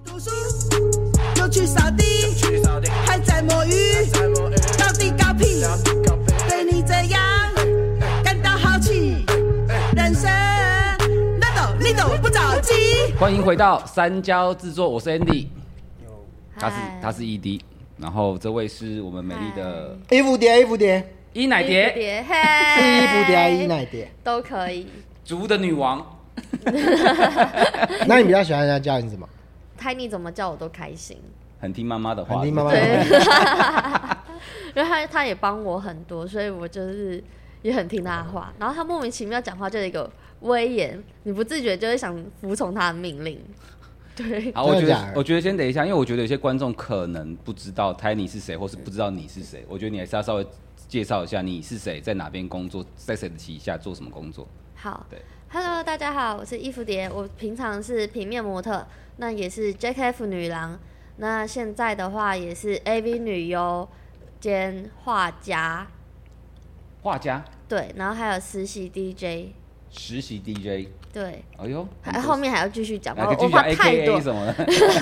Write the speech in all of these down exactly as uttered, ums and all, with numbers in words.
读书又去扫地，还在摸鱼，到底搞屁？对你这样感到好奇，人生那懂你懂不着急。 欢迎回到三焦制作，我是 Andy， 他是他是 E D， 然后这位是我们美丽的衣服碟，衣服碟， 伊奶碟， 是衣服碟还是衣奶碟？ 都可以。 竹的女王。 那你比较喜欢人家叫你什么 ？Tiny 怎么叫我都开心， 很听妈妈的话， 很听妈妈的话。因为他他也帮我很多，所以我就是也很听他的话。然后他莫名其妙讲话就是一个威严，你不自觉就会想服从他的命令。对， 好，我觉得我觉得先等一下，因为我觉得有些观众可能不知道 Tiny 是谁，或是不知道你是谁。我觉得你还是要稍微介绍一下你是谁，在哪边工作，在谁的旗下做什么工作。 好， 对 ，Hello， 大家好，我是衣服碟，我平常是平面模特，那也是 J K F 女郎，那现在的话也是 A V 女优兼画家， 画家， 对，然后还有实习 D J， 实习 D J， 对， 哎呦， 还后面还要继续讲， 我我怕太多 A K A 什么的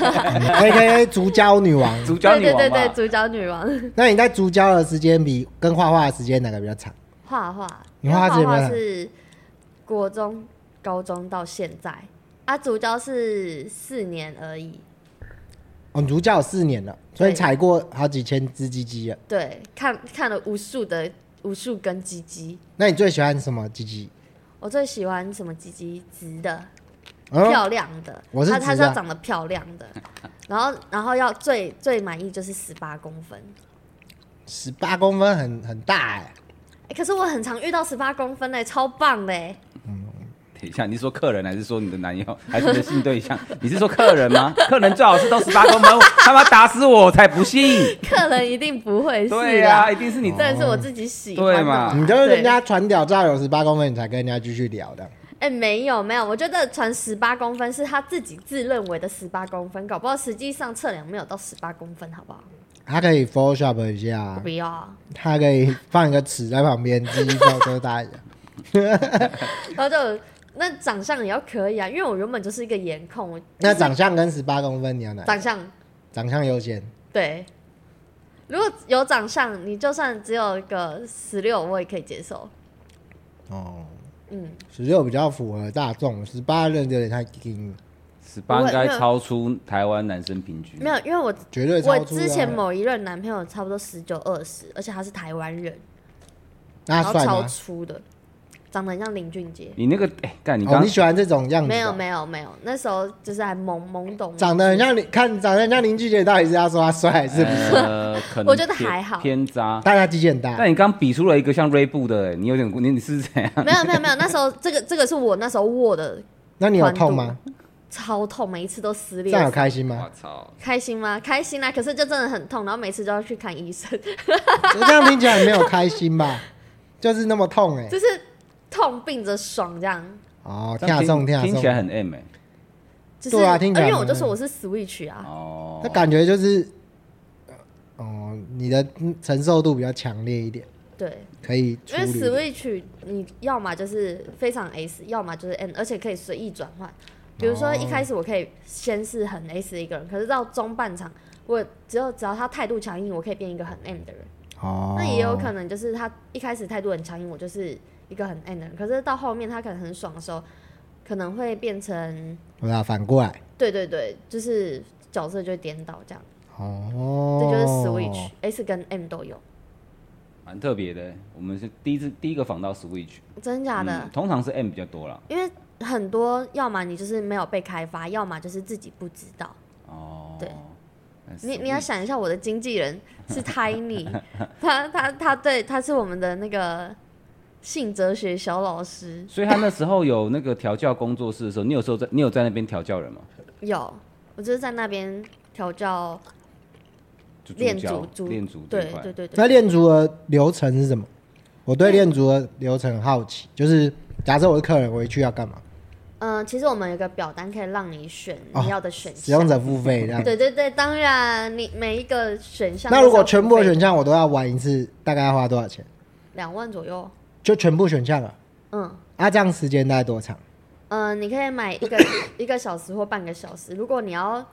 ，A K A 竹胶女王， 竹胶女王， 对对对对，竹胶女王。 那你在竹胶的时间比跟画画的时间哪个比较长？ 画画， 你画画画是国中、高中到现在，啊，竹胶是四年而已。 哦，竹胶有四年了，所以踩过好几千只鸡鸡了。 对，看看了无数的无数根鸡鸡。 那你最喜欢什么鸡鸡？ 我最喜欢什么鸡鸡？直的， 嗯、 漂亮的。 我是直的， 它它是要长得漂亮的，然后然后要最最满意就是十八公分。 十八公分很很大哎、 欸，可是我很常遇到十八公分哎、欸，超棒的哎、欸。 嗯，等一下，你是说客人还是说你的男友还是你的性对象？你是说客人吗？客人最好是都十八公分，他妈打死我才不信。 客人一定不会是的， 对啊，一定是你， 真的是我自己喜欢的。 对嘛？ 你就是人家传屌照有十八公分，你才跟人家继续聊的。 哎、欸，没有没有，我觉得传十八公分是他自己自认为的十八公分，搞不好实际上测量没有到十八公分，好不好？ 他可以 Photoshop 一下， 不要。 他可以放一个尺在旁边，记忆放多大一下。 然后就那长相也要可以啊，因为我原本就是一个颜控。我、就是、 那长相跟十八公分你要哪？ 长相， 长相优先。 对，如果有长相，你就算只有一个十六，我也可以接受。 哦， 嗯， 十六比较符合大众，十八人有点太硬。 十八应该超出台湾男生平均。 没有，因为我绝对超出、啊。 我之前某一任男朋友差不多十九二十，而且他是台湾人， 那他帅吗？ 然后超粗的，长得很像林俊杰。 你那个哎，干、欸、你刚、 哦、你喜欢这种样子？ 没有没有没有，那时候就是还懵懵懂。 长得很像看长得很像林俊杰，到底是要说他帅还是不帅？ 呃，可能我觉得还好， 偏渣。 但他机器很大。 但你刚比出了一个像锐步的，你有点你你是怎样？ 没有没有没有，那时候这个这个是我那时候握的。 那你有痛吗？ 超痛，每一次都撕裂。 这样有开心吗？ 我操， 开心吗？开心啊！可是就真的很痛，然后每次都要去看医生。 这样听起来没有开心吧？就是那么痛哎、欸， 就是痛并着爽这样。 哦，跳送跳送， 听起来很 M 哎、欸。 就是、 对啊，听起来。 因为我就说我是 Switch 啊。 哦。 那感觉就是，哦，你的承受度比较强烈一点。 对。 可以处理。 因为 Switch 你要么就是非常 S， 要么就是 N， 而且可以随意转换。比如说一开始我可以先是很 S 的一个人，可是到中半场，我只有只要他态度强硬，我可以变一个很 M 的人。 哦。 那也有可能就是他一开始态度很强硬，我就是一个很 M 的人，可是到后面他可能很爽的时候，可能会变成， 对啊，反过来。 对对对，就是角色就会颠倒这样。 哦。 这就是 Switch S 跟 M 都有。 蛮特别的，我们是第一次第一个访到 Switch。 真假的、 嗯？通常是 M 比较多啦。 因为很多要么你就是没有被开发，要么就是自己不知道。 哦， 对，你你要想一下，我的经纪人是 Tiny， 他他他对他是我们的那个性哲学小老师， 所以他那时候有那个调教工作室的时候，你有时候在你有在那边调教人吗？ 有，我就是在那边调教练足练足， 对对对对。 那练足的流程是什么？我对练足的流程很好奇，就是假设我是客人，回去要干嘛？ 嗯、呃，其实我们有个表单可以让你选你要的选项， 使用者付费这样。 对对对，当然你每一个选项。 那如果全部的选项我都要玩一次，大概要花多少钱？ 两万左右。 就全部选项了。嗯。啊，这样时间大概多长？ 嗯、呃，你可以买一个一个小时或半个小时。如果你要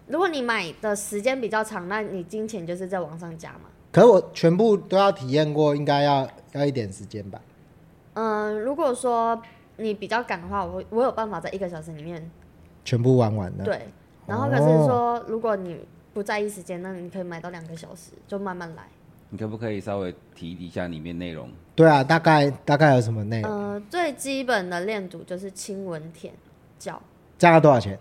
如果你买的时间比较长，那你金钱就是在往上加嘛。 可是我全部都要体验过，应该要要一点时间吧？ 嗯，如果说你比较赶的话，我我有办法在一个小时里面全部玩完了。 对。然后可是说，如果你不在意时间，那你可以买到两个小时，就慢慢来。 你可不可以稍微提一下里面内容？ 对啊，大概大概有什么内容？ 呃，最基本的练组就是亲吻、舔、叫。 这样要多少钱？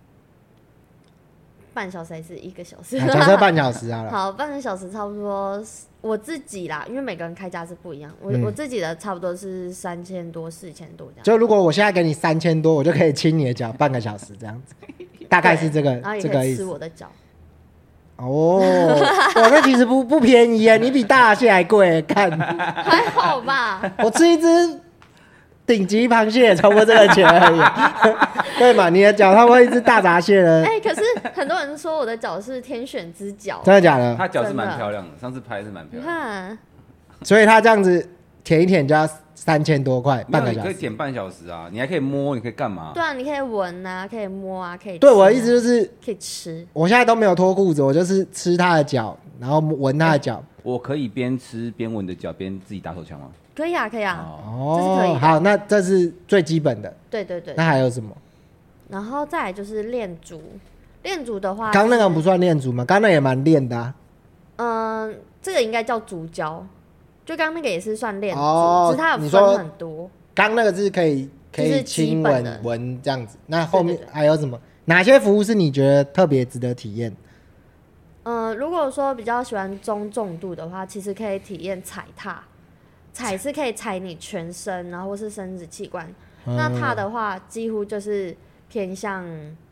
半小时还是一个小时？ 啊假设半小时好了。 好，半个小时差不多。我自己啦，因为每个人开价是不一样，我、嗯、我自己的差不多是三千多、四千多这样。 就如果我现在给你三千多，我就可以亲你的脚半个小时这样子，大概是这个然后也这个意思。 吃我的脚。 哦，我那其实不不便宜耶，你比大蟹还贵，看还好吧？ 我吃一只顶级螃蟹也超过这个钱而已，对嘛？你的脚差不多一只大闸蟹了。 哎、欸，可是很多人说我的脚是天选之脚， 真的假的？ 他脚是蛮漂亮的，上次拍是蛮漂亮的。 你看， 所以他这样子舔一舔就要三千多块，半个小时。 你可以舔半小时啊，你还可以摸，你可以干嘛？ 对啊，你可以闻啊，可以摸啊，可以吃啊。 对，我的意思就是可以吃。 我现在都没有脱裤子，我就是吃他的脚，然后闻他的脚。欸我可以边吃边闻你的脚，边自己打手枪吗？ 可以啊，可以啊， 哦， 这是可以的。 好，那这是最基本的。 对对对。 那还有什么？ 然后再来就是练足，练足的话， 刚那个不算练足吗？刚那也蛮练的啊。 嗯，这个应该叫足交，就刚那个也是算练足， 哦， 只是它有分很多。 刚那个是可以可以亲吻闻这样子，那后面还有什么？哪些服务是你觉得特别值得体验？ 嗯，如果说比较喜欢中重度的话，其实可以体验踩踏。踩是可以踩你全身，然后或是生殖器官。嗯、那踏的话，几乎就是偏向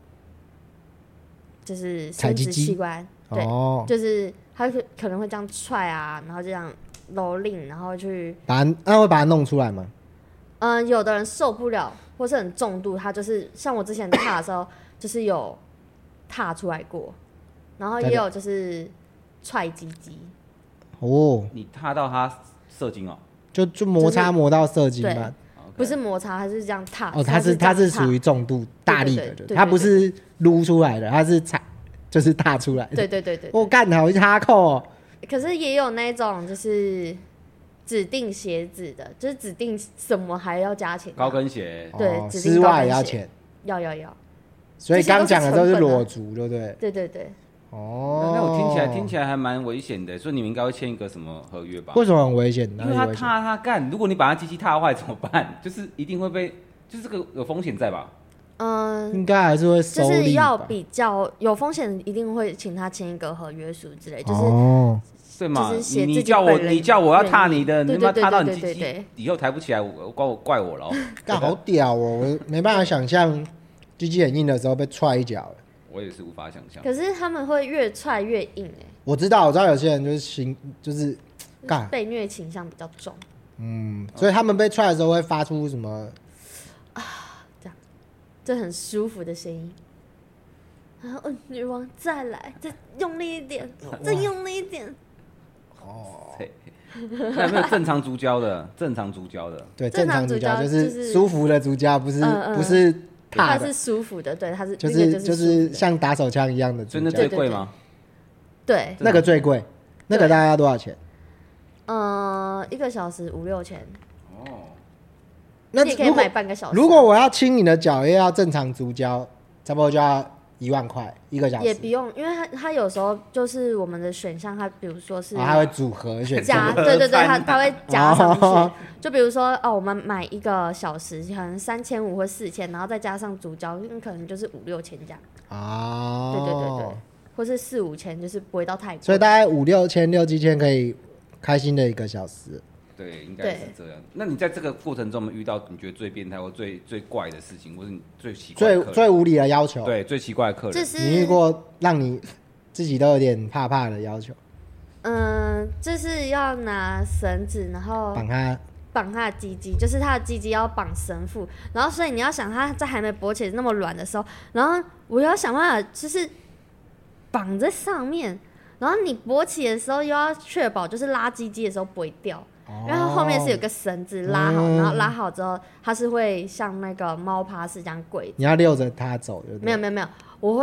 就是生殖器官，对，哦、就是它可可能会这样踹啊，然后这样蹂躏，然后去把它，那会把它弄出来吗？ 嗯，有的人受不了，或是很重度，他就是像我之前踏的时候，就是有踏出来过，然后也有就是踹鸡鸡。 哦， 你踏到它射精哦？ 就就摩擦磨到射精嘛、 就是，不是摩擦，它是这样踏。 哦，它是它是属于重度大力的，对对对对，它不是撸出来的，它是踩就是踏出来的。 对对对 对, 对。 我干，好哈扣哦。 可是也有那种就是指定鞋子的，就是指定什么还要加钱。 高跟鞋。 对， 哦、 指定丝袜也要钱。 要要要。 所以刚讲的都是裸足，对不对？ 对对对。 哦， 那我听起来听起来还蛮危险的，所以你们应该会签一个什么合约吧？ 为什么很危险？ 因为他踏他干，如果你把他机器踏坏怎么办？就是一定会被，就是这个有风险在吧？ 嗯， 应该还是会收利吧， 就是要比较有风险，一定会请他签一个合约书之类，就是哦， 对嘛？ 就是你你叫我你叫我要踏你的，你他妈踏到你机器以后抬不起来，我怪我怪我了。 干好屌哦！我没办法想象机器很硬的时候被踹一脚。 我也是无法想象。 可是他们会越踹越硬哎、欸。 我知道，我知道有些人就是心就是干被虐倾向比较重。 嗯，所以他们被踹的时候会发出什么啊？这样，这很舒服的声音。然后，嗯，女王再来，再用力一点，再用力一点。 哦， 那有没有正常足交的？正常足交的， 对，正常足交就是舒服的足交，不是、嗯嗯、不是。 它是舒服的，对，它是就是、 那個、 就是就是像打手枪一样的， 所以那最贵吗？ 对， 那个最贵，那个大概要多少钱？ 呃，一个小时五六千。 哦， 那你可以买半个小时、啊。 如果我要亲你的脚，也要正常足交，差不多就要一万块一个小时。 也不用，因为它它有时候就是我们的选项，它比如说是它、哦、会组合选项， 加，对对对，它它会加上去。哦、就比如说哦，我们买一个小时可能三千五或四千，然后再加上足交，可能就是五六千这样。 哦， 对对对对，或是四五千，就是不会到太贵。 所以大概五六千、六七千可以开心的一个小时。 对，应该是这样。那你在这个过程中，有没有遇到你觉得最变态或最最怪的事情，或是你最奇怪的客人、 最最无理的要求？ 对，最奇怪的客人， 就是你遇过让你自己都有点怕怕的要求？ 嗯，就是要拿绳子，然后绑他， 绑他的鸡鸡，就是他的鸡鸡要绑绳缚，然后所以你要想他在还没勃起那么软的时候，然后我要想办法就是绑在上面，然后你勃起的时候又要确保就是拉鸡鸡的时候不会掉。然后后面是有个绳子拉好、嗯，然后拉好之后，它是会像那个猫趴式这样跪。 你要溜着它走就对， 没有没有没有，我会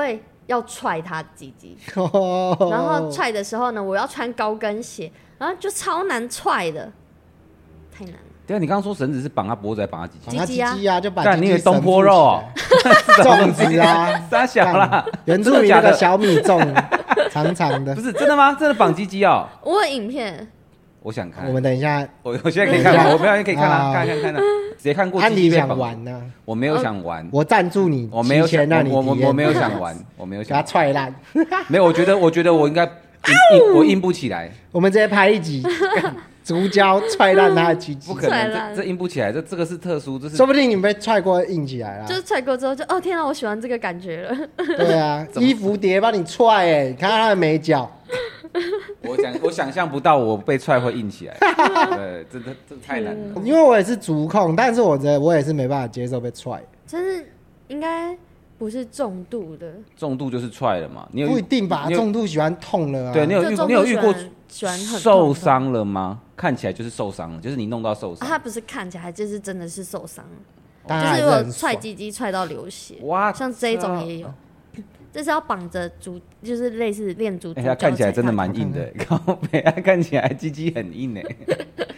要踹他的鸡鸡， 哦然后踹的时候呢，我要穿高跟鞋，然后就超难踹的，太难了。 对啊，你刚刚说绳子是绑他脖子还是绑他鸡鸡？ 绑他鸡鸡啊鸡啊，就把干， 鸡鸡你以为东坡肉哦？ 粽子啊， 傻小啦， 原住民那个小米粽，长长的不。是真的吗？真的绑鸡鸡哦？ 我有影片， 我想看我，们等一下， 我我现在可以看吗？我没有人可以看啊， 啊看看看啊，谁看过安迪想鸡鸡被绑？ 玩呢， 我没有想玩， 我赞助你， 我没有想， 提前让你体验我我我没有想玩，我没有给他想， 踹烂。 没有，我觉得我觉得我应该硬硬我硬不起来， 我们直接拍一集，竹胶踹烂他的鸡鸡不，可能， 踹烂这这硬不起来，这这个是特殊，这是说不定你被踹过硬起来了就。是踹过之后就哦天啊，我喜欢这个感觉了。 对啊，衣服碟帮你踹哎，你看他的美脚， 我想我想象不到我被踹会硬起来，对，这这这太难了。 因为我也是足控，但是我觉得我也是没办法接受被踹， 真是应该不是重度的， 重度就是踹了嘛，你有遇不一定吧？ 你有重度喜欢痛了啊。 对你有遇就重你有遇过度喜欢喜欢很痛受伤了吗？看起来就是受伤了，就是你弄到受啊伤。 他不是看起来就是真的是受伤了， 但就是如果他还是很爽。 踹鸡鸡踹到流血， 哇， 像这一种也有。这是要绑着足，就是类似练足足哎， 脚他看起来真的才蛮硬的，靠背，他看起来鸡鸡很硬哎。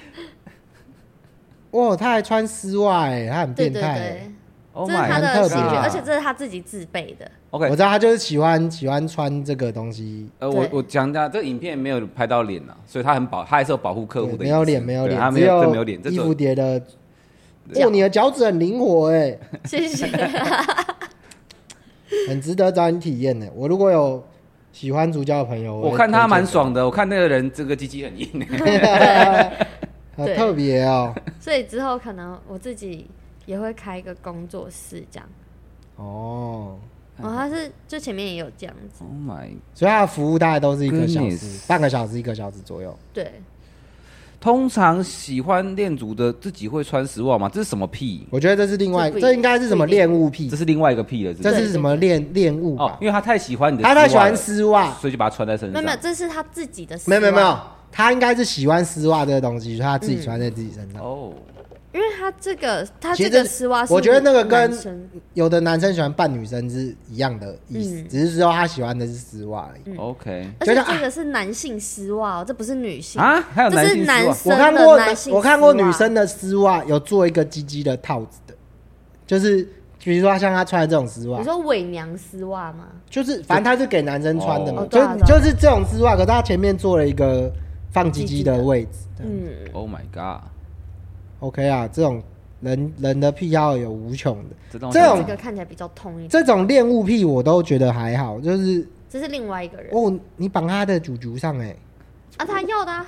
哇，他还穿丝袜哎，他很对对变态欸。 对， Oh 这是他 my 的兴趣， 很特别啊而且这是他自己自备的。 OK， 我知道他就是喜欢喜欢穿这个东西， 呃，我对我讲一下，这个影片没有拍到脸啊，所以他很保，他还是有保护客户的隐私。 对没有脸没有脸， 对他没只有这没有脸，这衣服只有叠的。 脚哦，你的脚趾很灵活哎， 谢谢。 很值得找你体验呢。我如果有喜欢足胶的朋友， 我看他蛮爽的，我看那个人这个鸡鸡很硬的，好对特别哦。 所以之后可能我自己也会开一个工作室这样。 哦， 哦，他是就前面也有这样子， Oh my， 所以他的服务大概都是一个小时 Goodness， 半个小时，一个小时左右。 对， 通常喜欢练足的自己会穿丝袜吗？这是什么屁？ 我觉得这是另外， 这不一这应该是什么恋物癖这？是另外一个屁了，是不是这是什么恋恋物吧，？ 哦因为他太喜欢你的， 他太喜欢，丝袜， 所以就把它穿在身上。 没有没有，这是他自己的丝袜。 没有没有没有，他应该是喜欢丝袜这个东西，所以他自己穿在自己身上。 哦， 因为他这个他其实这个丝袜是我觉得那个跟男生有的男生喜欢扮女生是一样的意思， 嗯只是说他喜欢的是丝袜而已。 OK 而且觉得这个是男性丝袜哦，这不是女性啊，还有这是男性丝袜， 男生我看过的男性我看过丝袜女生的丝袜有做一个鸡鸡的套子的，就是比如说像他穿的这种丝袜你，说伪娘丝袜吗？ 就是反正他是给男生穿的嘛哦， 就对啊对啊就是这种丝袜，可是他前面做了一个放鸡鸡的位置。 嗯， Oh my god， OK 啊，这种人人的癖好有无穷的， 这种这种这个看起来比较痛一点， 这种恋物癖我都觉得还好，就是这是另外一个人哦，你绑他的主足上哎、 啊，他要的啊，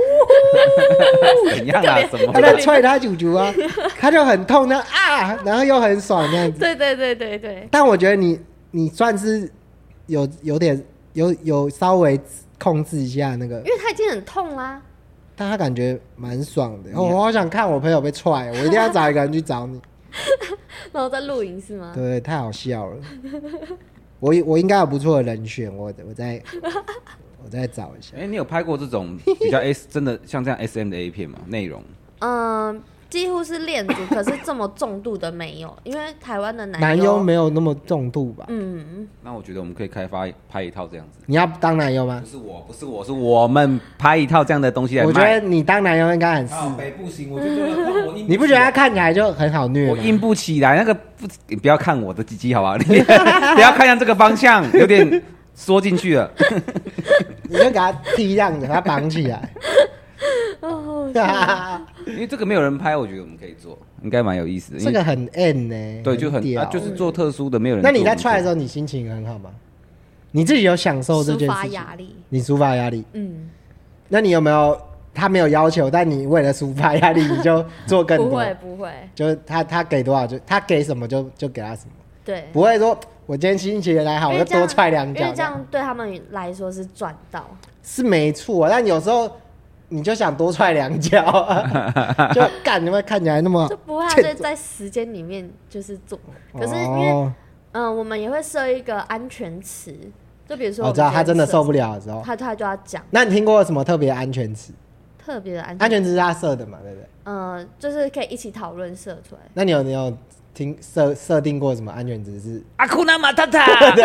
怎样啊？什么他？在踹他主足啊，他就很痛，那啊，然后又很爽这样子。 对对对对对， 但我觉得你你算是有有点有有稍微控制一下那个因，为他已经很痛啦。 但他感觉蛮爽的。哦我好想看我朋友被踹，我一定要找一个人去找你。 然后在露营是吗？ 对，太好笑了。我我应该有不错的人选，我我再我再找一下。 哎，你有拍过这种比较 S 真的像这样 S M 的 A 片吗？内容？ 嗯，几乎是恋足，可是这么重度的没有，因为台湾的男男优优没有那么重度吧？ 嗯， 那我觉得我们可以开发拍一套这样子。 你要当男优吗不？是我，不是我，是我们拍一套这样的东西来卖。 我觉得你当男优应该很适合。 靠北不行，我就觉得我硬你不觉得他看起来就很好虐吗？ 我硬不起来？那个不，你不要看我的鸡鸡好不好？你不要看向这个方向，有点缩进去了。 你就给他踢这样子，把他绑起来。 哦， 因为这个没有人拍，我觉得我们可以做，应该蛮有意思的。因为这个很 N 呢、 对，就很屌啊，就是做特殊的，没有人做。 那你在踹的时候，你心情很好吗？你自己有享受这抒发件事情？ 压力， 你抒发压力？ 嗯， 那你有没有？他没有要求，但你为了抒发压力，你就做更不多。 会不会， 就是他他给多少就他给什么就就给他什么， 对， 不会说我今天心情还好，我就多因为这样踹两脚因为这。样对他们来说是赚到， 是没错，但有时候你就想多踹两脚，就干，你们看起来那么就不会他就在时间里面就是做，可是因为哦， 嗯，我们也会设一个安全词，就比如说我知道他真的受不了， 了的时候， 他他就要讲那你听过什么特别安全词？ 特别的安全， 安全词是他设的嘛，对不对？ 嗯，就是可以一起讨论设出来。 那你有你有听设设定过什么安全值是？ 阿库纳马塔塔。 对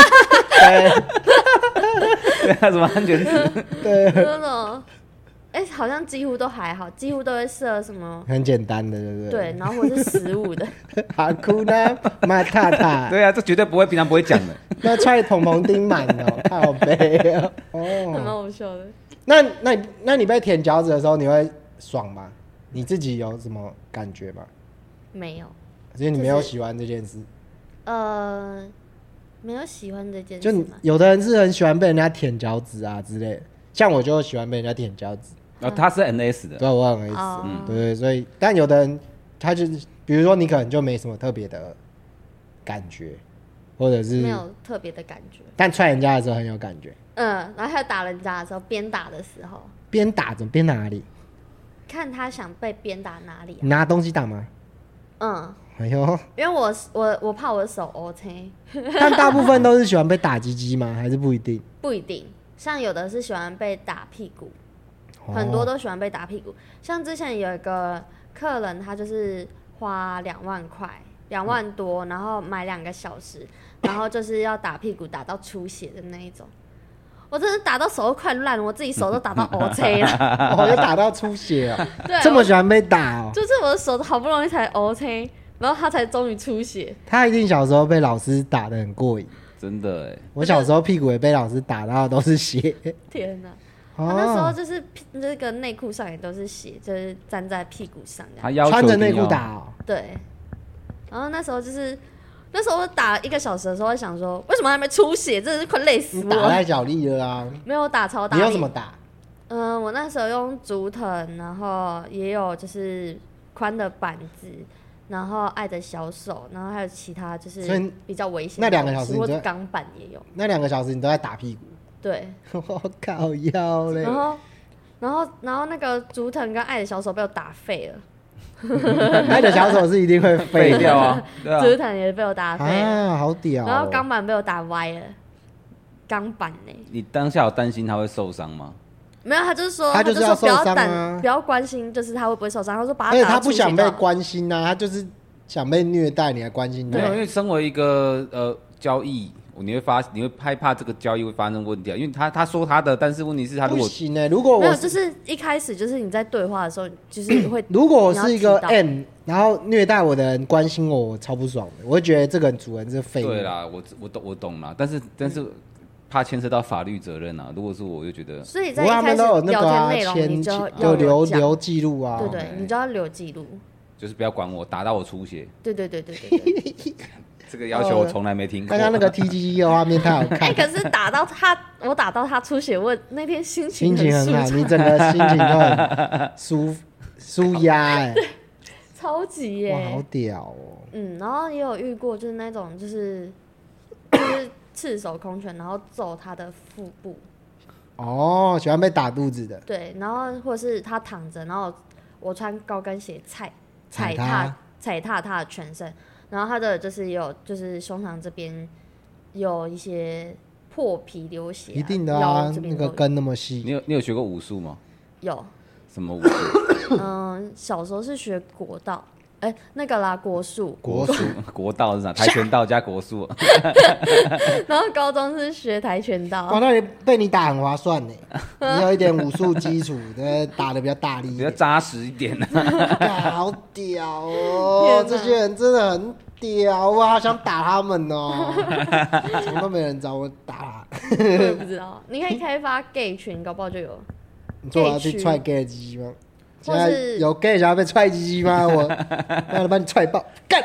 对啊，什么安全值？ 对， 那种，哎、好像几乎都还好，几乎都会设什么。 很简单的，对不对？ 对，然后或是食物的。 哈库纳马塔塔。 对啊，这绝对不会平常不会讲的。 那踹蓬蓬丁满哦，靠背哦。 还蛮哦， 好笑的。 那那你那你被舔脚趾的时候，你会爽吗？你自己有什么感觉吗？ 没有， 所以你没有喜欢这件事。 呃，没有喜欢这件就你事吗？ 有的人是很喜欢被人家舔脚趾啊之类的，像我就喜欢被人家舔脚趾。 然后他是 N S 的， 对，我很 S，、 哦嗯、对，所以但有的人他就是，比如说你可能就没什么特别的感觉，或者是没有特别的感觉。 但踹人家的时候很有感觉。 嗯，然后还有打人家的时候，鞭打的时候， 边打怎么边哪里？ 看他想被鞭打哪里啊？ 你拿东西打吗？ 嗯， 哎呦， 因为我我我怕我的手 O K， 但大部分都是喜欢被打鸡鸡吗？还是不一定？ 不一定。像有的是喜欢被打屁股， 哦很多都喜欢被打屁股。像之前有一个客人，他就是花两万块，两万多，然后买两个小时，然后就是要打屁股打到出血的那一种。我真的打到手都快烂了，我自己手都打到 O K 了。 哦，有打到出血哦， 对， 这么喜欢被打哦。 就是我的手好不容易才 O K， 然后他才终于出血。 他一定小时候被老师打得很过瘾。 真的哎。 我小时候屁股也被老师打到都是血。 天哪！ 哦他那时候就是那个内裤上也都是血，就是粘在屁股上这样。 他要求穿着内一定要裤打哦。 对，然后那时候就是那时候我打一个小时的时候，我想说为什么还没出血，真的是快累死你打我。 太脚力了啊！ 没有打超大力。 你用什么打？ 嗯、呃，我那时候用竹藤，然后也有就是宽的板子，然后爱的小手，然后还有其他就是所以比较危险的那两个东西或者小时你就钢板也有。 那两个小时你都在打屁股。 对， 我靠腰嘞！ 然后然后然后那个竹藤跟爱的小手被我打废了。 那的小手是一定会废废掉啊，对啊。 竹藤也被我打废了， 啊，好屌、哦！ 然后钢板被我打歪了，钢板呢？ 你当下有担心他会受伤吗？ 没有，他就是说， 他就是就要受伤啊说不要担，不要关心，就是他会不会受伤。他说把而且他打到他不想被出血就好关心啊，他就是想被虐待，你还关心他没有，因为身为一个呃交易，你会发你会害怕这个交易会发生问题啊，因为他他说他的，但是问题是他如果不行哎、如果没有， 我就是一开始就是你在对话的时候，就是会如果我是一个你要提到 N， 然后虐待我的人关心我，我超不爽的，我会觉得这个主人是废物。 对啦，我我懂我懂啦，但是但是怕牵涉到法律责任啊。如果是我，我就觉得所以不过他在一开始们都有那聊个啊， 天内容， 签你就要就留有讲留记录啊。 对对 OK， 你就要留记录。 就是不要管我，打到我出血， 对对对对对对。 这个要求我从来没听过。 刚刚那个 T G G 的画面太好哎、 看， 可是打到他，我打到他出血，我那天心情心情很好， 舒畅你整个心情都很舒舒压哎， 超级耶、 哇，好屌哦！ 嗯，然后也有遇过，就是那种就是就是赤手空拳，然后揍他的腹部， 哦，喜欢被打肚子的， 对，然后或者是他躺着，然后我穿高跟鞋踩踩踩他踏踩踏他的全身，然后他的就是有就是胸膛这边有一些破皮流血、啊， 一定的啊腰，这边都有那个根那么细你，有你有学过武术吗？ 有， 什么武术？ 嗯，小时候是学国道，哎、那个啦国术， 国术国道是啥？跆拳道加国术。 然后高中是学跆拳哇， 道， 那你被你打很划算呢，你有一点武术基础，对，打的比较大力一点， 比较扎实一点啊。 干好屌哦！ 天哪这些人真的很屌啊，好想打他们哦，怎么都没人找我打他。 我也不知道，你可以开发 gay 群，搞不好就有。 你说我要去踹 gay 的鸡鸡吗？现在或是有 gay 想要被踹鸡鸡吗？我让他把你踹爆，干！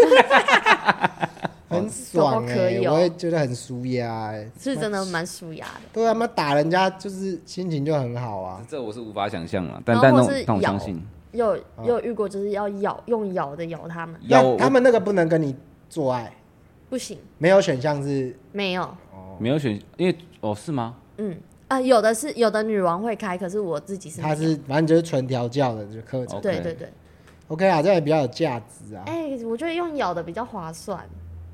很爽搞不好可哎、 以哦我也觉得很舒压哎。 是真的蛮舒压的。 对啊，妈打人家就是心情就很好啊。 这我是无法想象啊，但然但那种后或是咬但我相信。 有有遇过，就是要咬用咬的咬他们， 咬那他们那个不能跟你做爱， 不行， 没有选项是没有。 没有选，因为哦是吗？ 嗯啊、有的是有的女王会开，可是我自己是没有他是反正就是纯调教的这个课程。 OK 对对对。 OK 啊，这样也比较有价值啊。 哎、我觉得用咬的比较划算。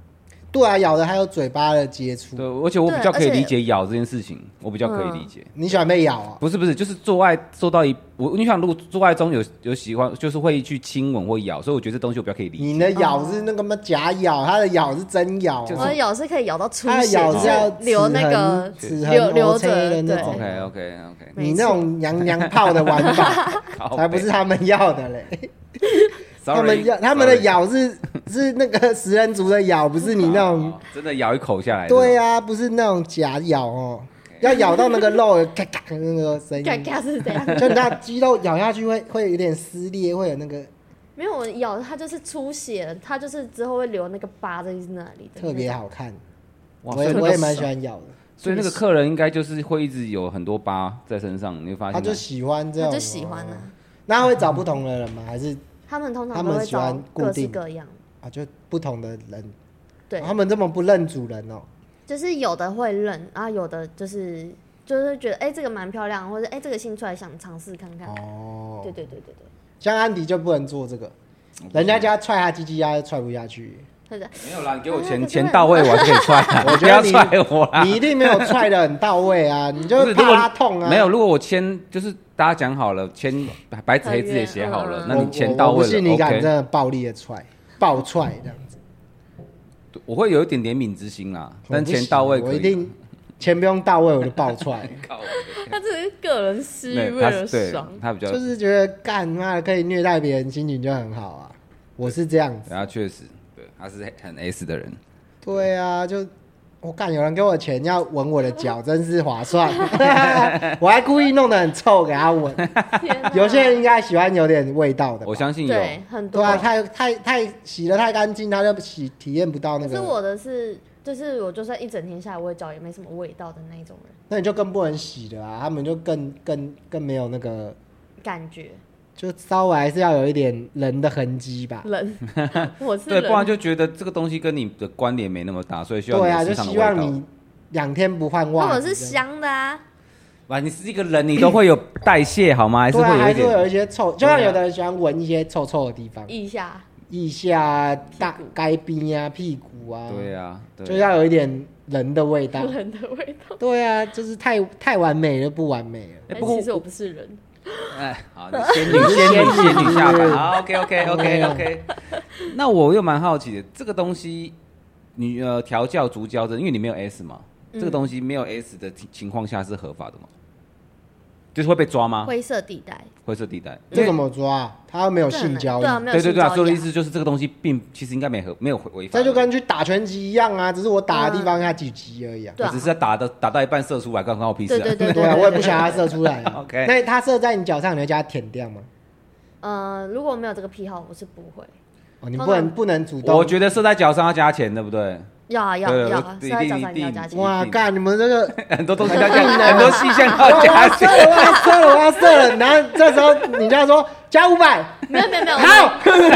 对啊，咬的还有嘴巴的接触。 对，而且我比较可以理解咬这件事情，我比较可以理解。 你喜欢被咬啊？ 不是不是，就是做爱做到一，我你想如果做爱中有有喜欢，就是会去亲吻或咬，所以我觉得这东西我比较可以理解。 你的咬是那个什么假咬，他的咬是真咬、 我的咬是可以咬到出血， 他的咬是要留那个留留着的那种。 OK OK OK， 你那种娘娘炮的玩法才不是他们要的嘞。他们要他们的咬是是那个食人族的咬，不是你那种、哦、 真的咬一口下来。 对啊，不是那种假咬哦， okay. 要咬到那个肉咔咔的那个声音。 咔咔是这样， 就你知道肌肉咬下去会会有点撕裂，会有那个。 没有，我咬它就是出血了，它就是之后会留那个疤在那里的， 特别好看。 哇， 我也我也蛮喜欢咬的。 所以那个客人应该就是会一直有很多疤在身上，你会发现他就喜欢这样， 他就喜欢啊。 那他会找不同的人吗？还是他们通常都会找各式各样啊，就不同的人。 对， 他们这么不认主人哦。 就是有的会认，然后有的就是就是觉得哎、欸、这个蛮漂亮，或者哎、欸、这个新出来想尝试看看。哦，对对对对对。 像安迪就不能做这个，人家家踹他鸡鸡，他踹不下去。 没有啦，你给我钱，钱到位我还是可以踹、啊。我不要踹我啦， 你一定没有踹的很到位啊，你就怕他痛啊。 没有，如果我签就是大家讲好了，签白纸黑字也写好了，那你钱到位了， 我不信你敢真的暴力的踹，暴踹这样子。 我会有一点怜悯之心啦，但钱到位可以， 我一定钱不用到位我就爆踹。 他只是个人私欲为了爽， 他比较就是觉得干妈的可以虐待别人，心情就很好啊。我是这样子， 他确实。他是很 S 的人， 对啊，就我干，有人给我钱要闻我的脚，真是划算。我还故意弄得很臭给他闻。有些人应该喜欢有点味道的， 我相信有， 对，很多。 对啊，太太太洗得太干净，他就洗体验不到那个。 可是我的是，就是我就算一整天下来，我的脚也没什么味道的那一种人。 那你就更不能洗的啊，他们就更更更没有那个感觉。 就稍微还是要有一点人的痕迹吧。 人，我是人对，不然就觉得这个东西跟你的关联没那么大，所以需要你的时常的味道。 对啊，就希望你两天不换袜子。 那我是香的啊。 哇，你是一个人，你都会有代谢好吗？还是会有一点？ 对啊，还是会有一些臭，就像有的人喜欢闻一些臭臭的地方， 腋下、 腋下、大该边啊、屁股啊。 对啊，对就要有一点人的味道。 人的味道。 对啊，就是太太完美了，不完美了。 欸、其实我不是人。 哎，好，你仙女，仙女，仙女下凡。好 ，OK，OK，OK，OK。那我又蛮好奇的，这个东西，你呃调教足交症，因为你没有 S 嘛，嗯、这个东西没有 S 的情况下是合法的吗？就是会被抓吗？ 灰色地带。 灰色地带， 这怎么抓？他又没有性交易。 对啊，没有对对对啊，说的意思就是这个东西并其实应该没合没有违法。 这就跟去打拳击一样啊，只是我打的地方他几级而已啊。 对啊，只是打的打到一半射出来，刚刚我屁事啊。 对对对对啊，我也不想他射出来。 OK， 那他射在你脚上，你会叫他舔掉吗？ 呃，如果没有这个癖好，我是不会。 哦，你不能不能主动。 我觉得射在脚上要加钱，对不对？ 要啊要要啊，射在脚上一定要加钱。 哇，干你们这个很多东西要加，很多细项要加钱。 我要射了，我要射了，然后这时候你就要说加五百。 没有没有没有。 好。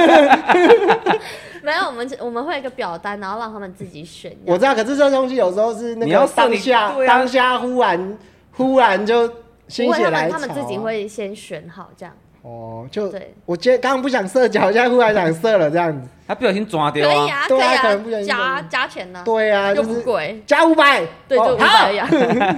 没有，我们我们会有一个表单，然后让他们自己选。 我知道，可是这东西有时候是那个当下、啊、当下忽然忽然就心血来潮、啊， 他们自己会先选好这样。 哦，就对， 我今天刚刚不想射脚，现在忽然想射了，这样子。 他不小心抓掉啊！ 可以啊， 对啊， 可能不小心加加钱呢。 对啊， 又不贵， 加五百， 对，就五百呀，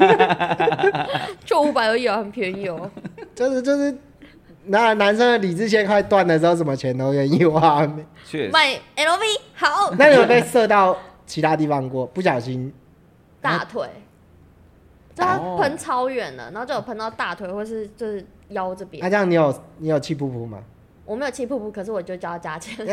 就五百而已啊，很便宜哦。 就是就是，那男生的理智线快断的时候，什么钱都愿意花。 确实， 买 L V 好。 那你有被射到其他地方过？不小心大腿，就他喷超远了，然后就有喷到大腿或是就是腰这边。 那、啊、这样你有你有气噗噗吗？ 我没有气噗噗，可是我就叫他加钱。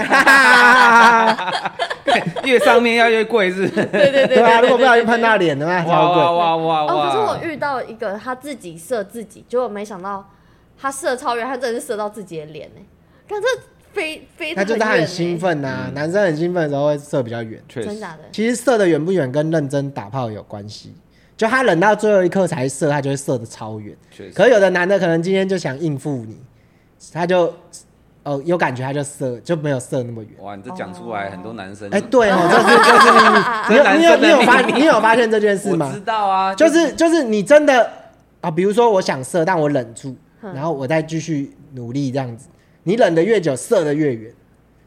越上面要越贵是？ 对对对。 对啊，如果不小心喷到脸的话，超贵。 哇哇哇哇！ 哦，可是我遇到一个他自己射自己，结果没想到他射超远，他真的是射到自己的脸呢。看这飞飞， 他就是他很兴奋啊，嗯、男生很兴奋的时候会射比较远。 真假的？ 其实射的远不远跟认真打炮有关系。就他忍到最后一刻才射，他就会射得超远。可是有的男的可能今天就想应付你，他就。哦，有感觉他就射，就没有射那么远。 哇，你这讲出来，很多男生哎、欸，对哦，这是这是秘密。你有你有发你有发现这件事吗？ 我知道啊， 就是就是你真的啊，比如说我想射，但我忍住，然后我再继续努力这样子。你忍得越久，射得越远。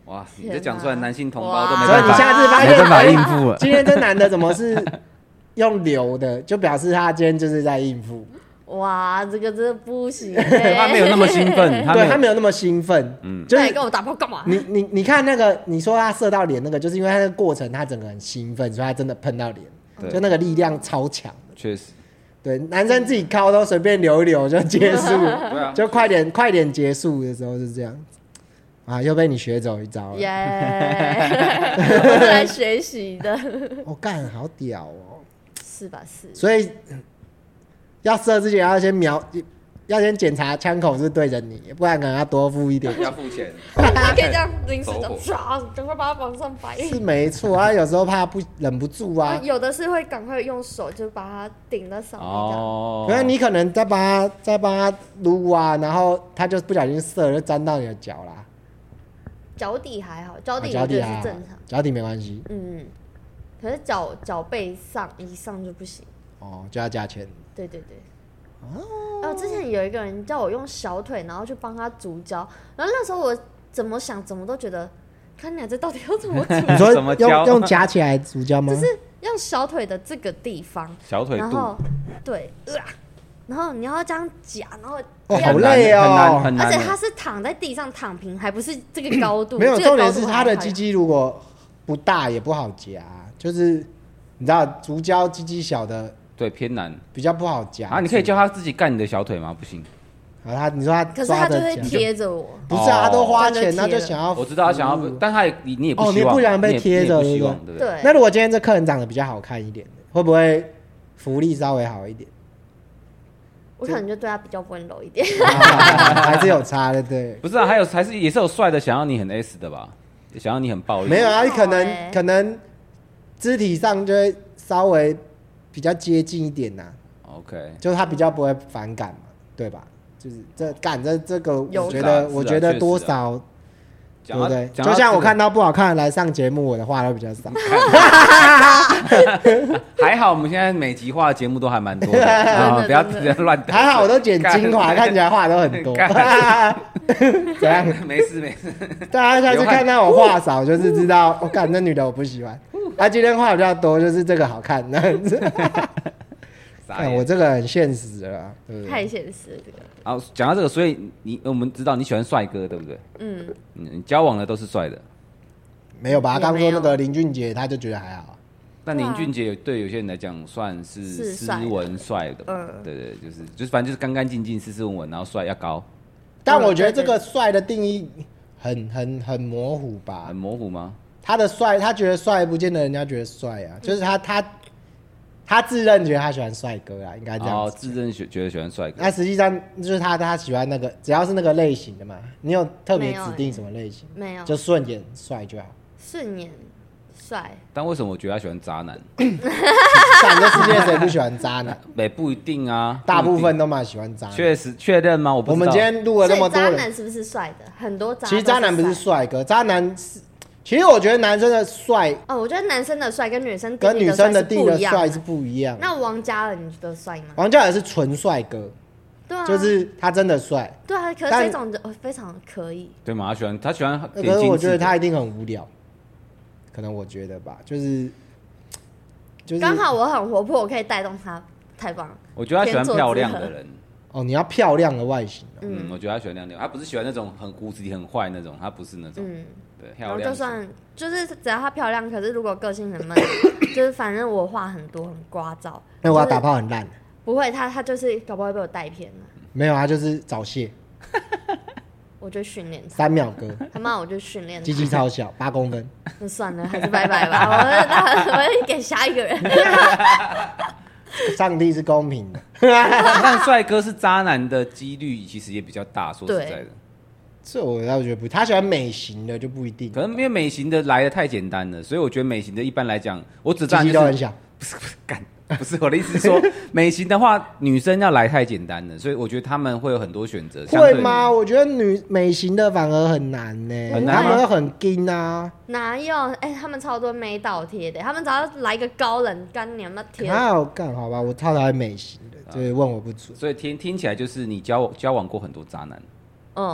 哇，你这讲出来，男性同胞都没所以你办法， 下次发现没办法应付了。 今天这男的怎么是用留的，就表示他今天就是在应付。 哇，这个真的不行、欸， 他没有那么兴奋，他没对有他没有那么兴奋，嗯，就是那你跟我打炮干嘛？ 你你你看那个，你说他射到脸那个，就是因为他那个过程他整个很兴奋，所以他真的碰到脸，就那个力量超强。 确实， 对，男生自己靠都随便留一留就结束， 对啊， 就快点快点结束的时候是这样。啊，又被你学走一招了。 耶、yeah 我是来学习的。 我干、哦，好屌哦！ 是吧？是。 所以要射之前要先瞄，要先检查枪口是对着你，不然可能要多付一点。 要付钱。 他可以这样临时这样唰，赶快把它往上摆。 是没错啊，有时候怕不忍不住啊。 啊有的是会赶快用手就把它顶在上面。哦。 可是你可能再帮他再帮他撸啊，然后他就不小心射就沾到你的脚啦。 脚底还好，脚底我觉得是正常， 脚底没关系。 嗯，可是脚脚背上以上就不行。 哦，就要加钱。 对对对。哦。然后之前有一个人叫我用小腿，然后去帮他足胶，然后那时候我怎么想怎么都觉得，看你这到底要怎么足？ 你说用用夹起来足胶吗？ 就是用小腿的这个地方， 小腿然后对，呃，然后你要这样夹，然后。 哦，好累哦， 很难很难。 而且他是躺在地上躺平，还不是这个高度。 没有，重点是他的鸡鸡如果不大也不好夹，就是你知道足胶鸡鸡小的， 对，偏难， 比较不好夹。 啊，你可以叫他自己干你的小腿吗？不行。 啊，他你说他， 可是他就会贴着我。 不是啊，他都花钱，他就想要。 我知道他想要，但他也你你也不希望， 哦，你不想被贴着，对不对？ 对。 那如果今天这客人长得比较好看一点的，会不会福利稍微好一点？ 我可能就对他比较温柔一点， 还是有差的，对。 不是啊，还有还是也是有帅的，想要你很 S 的吧，想要你很暴力。 没有啊，可能可能肢体上就会稍微比较接近一点呐。 OK， 就是他比较不会反感嘛，对吧？就是这干这这个，我觉得我觉得多少。对不对？就像我看到不好看的来上节目，我的话都比较少。 还好我们现在每集话的节目都还蛮多的，啊、不要不要乱。 还好我都剪精华，看起来话都很多。怎样？ 没事没事。 大家下次看到我话少，就是知道我干、哦、那女的我不喜欢。他、啊、今天话比较多，就是这个好看那样子。看我这个很现实的啦，对不对？ 太现实了这个。 好，讲到这个，所以你我们知道你喜欢帅哥，对不对？嗯，你交往的都是帅的， 没有吧？他刚说那个林俊杰，他就觉得还好。 但林俊杰对有些人来讲算是斯文帅的，嗯，对对，就是就是反正就是干干净净、斯斯文文，然后帅要高。 但我觉得这个帅的定义很很很模糊吧？ 很模糊吗？ 他的帅，他觉得帅，不见得人家觉得帅啊，就是他他。他自认觉得他喜欢帅哥啊，应该这样子。 哦，自认觉得喜欢帅哥。 那实际上就是他他喜欢那个，只要是那个类型的嘛。你有特别指定什么类型？ 没有， 就顺眼帅就好。 顺眼帅。 但为什么我觉得他喜欢渣男？ 干这世界谁不喜欢渣男？ 也不一定啊， 大部分都蛮喜欢渣男。 确实确认吗？我不知道。 我们今天录了这么多人， 渣男是不是帅的？很多渣。 其实渣男不是帅哥，渣男是。其实我觉得男生的帅哦，我觉得男生的帅跟女生跟女生的定义的帅是不一样。 那王嘉尔你觉得帅吗？ 王嘉尔是纯帅哥， 对啊， 就是他真的帅。 对啊，可是这种非常可以。 对嘛？他喜欢他喜欢。 可是我觉得他一定很无聊，可能我觉得吧，就是就是刚好我很活泼，我可以带动他，太棒了。 我觉得他喜欢漂亮的人。 哦，你要漂亮的外形、哦。 嗯，我觉得他喜欢亮亮，他不是喜欢那种很骨子里很坏那种，他不是那种。嗯。对，漂亮。 就算就是只要她漂亮，可是如果个性很闷，就是反正我话很多，很聒噪。 那我要打炮很烂。 不会，他他就是搞不好会被我带偏了。 没有啊，就是早泄。 我就训练他。 三秒哥。 他妈，我就训练他。 鸡鸡超小，八公分。 那算了，还是拜拜吧。我我我给下一个人。 上帝是公平的。 但帅哥是渣男的几率其实也比较大，说实在的。 这我倒觉得不，他喜欢美型的就不一定。 可能因为美型的来的太简单了，所以我觉得美型的一般来讲，我只站就是都很小。 不是不是干，不是我的意思是说，美型的话，女生要来太简单了，所以我觉得他们会有很多选择。 会吗？我觉得女美型的反而很难呢、欸， 很难， 他们很硬啊。 哪有？哎、欸，他们超多美倒贴的，他们只要来一个高冷干娘那贴。 哪有干？好吧，我超讨厌美型的，就是问我不准。 所以听听起来就是你交交往过很多渣男。 嗯。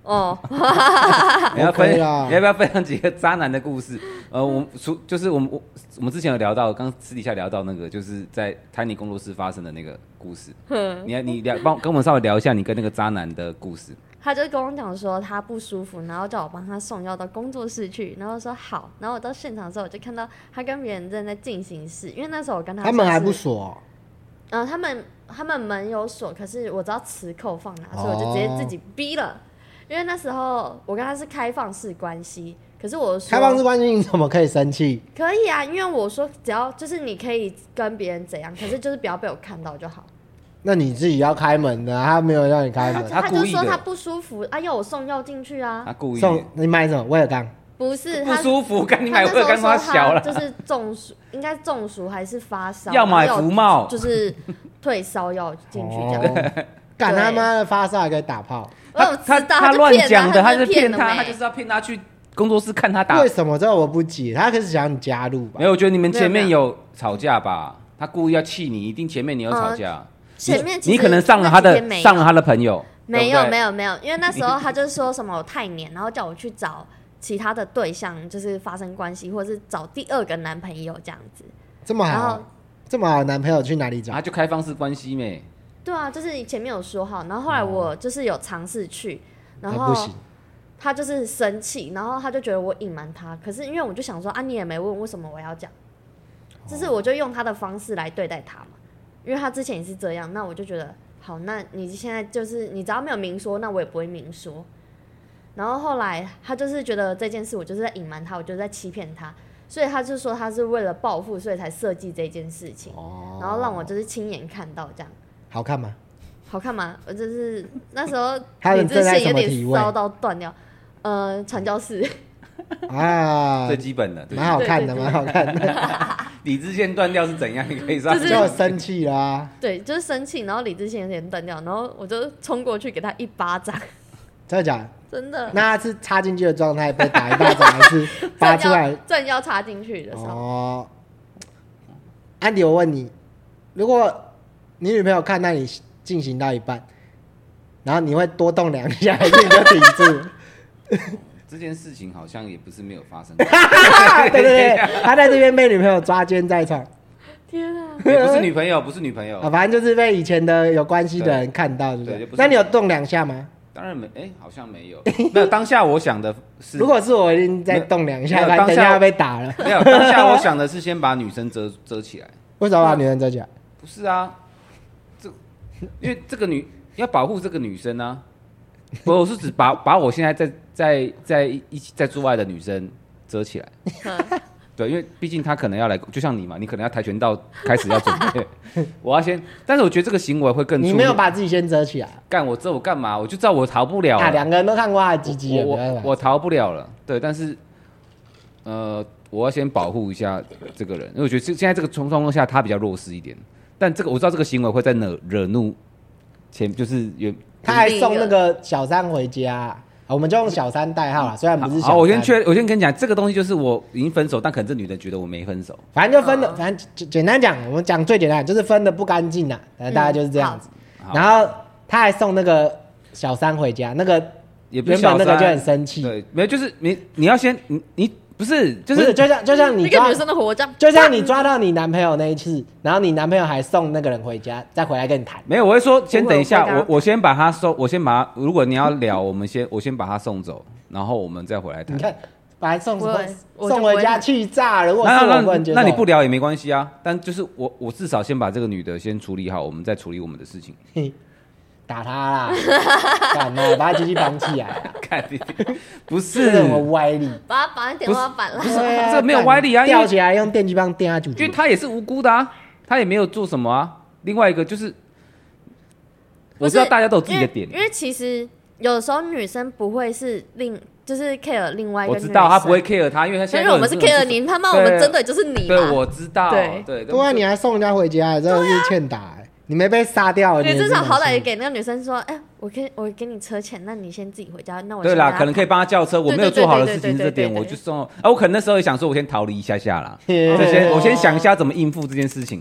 哦， 你要分， OK 啦你要不要分享几个渣男的故事？呃，我除就是我们我我们之前有聊到，刚私底下聊到那个，就是在台泥工作室发生的那个故事。你你聊帮跟我们稍微聊一下你跟那个渣男的故事。 他就跟我讲说他不舒服，然后叫我帮他送药到工作室去，然后说好，然后我到现场的时候，我就看到他跟别人正在进行式，因为那时候我跟他他们还不锁、哦， 嗯、呃，他们他们门有锁，可是我知道磁扣放哪，所以我就直接自己逼了。因为那时候我跟他是开放式关系，可是我说开放式关系你怎么可以生气？ 可以啊，因为我说只要就是你可以跟别人怎样，可是就是不要被我看到就好。 那你自己要开门的、啊，他没有让你开门。 他就说他不舒服啊，要我送药进去啊。 他故意送你买什么？威尔刚？ 不是不舒服，跟你买威尔刚他小了， 就是中暑，应该中暑还是发烧？ 要买福茂， 就是退烧药进去这样。 干他妈的发烧还可以打炮？ 他他他乱讲的，他是骗他，他就是要骗他去工作室看他打。 为什么这我不解？他可是想你加入吧？ 没有，我觉得你们前面有吵架吧？他故意要气你，一定前面你有吵架。 嗯前面你可能上了他的上了他的朋友， 没有没有没有，因为那时候他就说什么我太黏，然后叫我去找其他的对象，就是发生关系，或者是找第二个男朋友这样子。 这么好，这么好的男朋友去哪里找？ 他就开放式关系咩？ 对啊，就是你前面有说好，然后后来我就是有尝试去，然后他就是生气，然后他就觉得我隐瞒他，可是因为我就想说啊，你也没问为什么我要讲，就是我就用他的方式来对待他嘛。因为他之前也是这样，那我就觉得好，那你现在就是你只要没有明说，那我也不会明说。然后后来他就是觉得这件事我就是在隐瞒他，我就是在欺骗他，所以他就说他是为了报复，所以才设计这件事情，哦、然后让我就是亲眼看到这样。 好看吗？ 好看吗？我就是那时候理智线有点烧到断掉，呃，传教士。 啊， 最基本的， 蛮好看的，蛮好看的。 理智线断掉是怎样？你可以说， 就是就生气啦、啊。 对，就是生气，然后理智线有点断掉，然后我就冲过去给他一巴掌。 真的假的？ 真的。 那他是插进去的状态被打一巴掌，还是拔出来？ 正要插进去的时候。 哦。安迪，我问你，如果你女朋友看到你进行到一半，然后你会多动两下，还是你就停住？ 这件事情好像也不是没有发生。 对对对，他在这边被女朋友抓奸在床。 天啊！ 也不是女朋友，不是女朋友， 啊，反正就是被以前的有关系的人看到，对不对？那你有动两下吗？ 当然没，哎、欸，好像没有。没有，当下我想的是， 如果是我，一定再动两下，等一下要被打了。 没有，当下我想的是先把女生遮遮起来。 为什么把女生遮起来？ 不是啊，这因为这个女要保护这个女生啊。我是指把把我现在在在在一起在做爱的女生遮起来。对，因为毕竟她可能要来，就像你嘛，你可能要跆拳道开始要准备。我要先，但是我觉得这个行为会更。 你没有把自己先遮起来。 干我遮我干嘛？我就知道我逃不了了。 啊，两个人都看过他的鸡鸡， 我我我逃不了了。对，但是呃，我要先保护一下这个人，因为我觉得现在这个状况下他比较弱势一点。但这个我知道这个行为会在惹惹怒前，就是原。 他还送那个小三回家、啊，我们就用小三代号啦，虽然不是小三。 好，我先确，我先跟你讲，这个东西就是我已经分手，但可能这女的觉得我没分手。 反正就分的，啊、反正简单讲，我们讲最简单，就是分的不干净啦，大概就是这样子。嗯、然后他还送那个小三回家，那个也不是原本那个就很生气。 对，没有，就是你你要先你你。不是，就是不是就像就像你抓那个女生的活这样， 就像你抓到你男朋友那一次，然后你男朋友还送那个人回家，再回来跟你谈。 没有，我会说先等一下，我我先把他送，我先把他，如果你要聊，我们先我先把他送走，然后我们再回来谈。 你看，把他送送回家气炸了。如果是我不能接受， 那你不聊也没关系啊。但就是我我至少先把这个女的先处理好，我们再处理我们的事情。 打他啦！干嘛把他机器绑起来？ 看你不是什么歪理， 把他绑在天花板了。 不是，这个没有歪理啊， 吊起来用电击棒电他จุ， 因为他也是无辜的啊，他也没有做什么啊。另外一个就是，我知道大家都有自己的点， 因为其实有时候女生不会是另就是 care 另外一个女生， 我知道他不会 care 他，因为他现在因为我们是 care 你，他妈我们针对就是你嘛。 对，我知道，对对对啊，你还送人家回家，真的是欠打。你没被杀掉， 你至少好歹也给那个女生说，哎、欸，我给我给你车钱，那你先自己回家。那我对啦，可能可以帮他叫车。我没有做好的事情是这点，我就送。啊，我可能那时候也想说，我先逃离一下下啦，这些我先想一下怎么应付这件事情啊。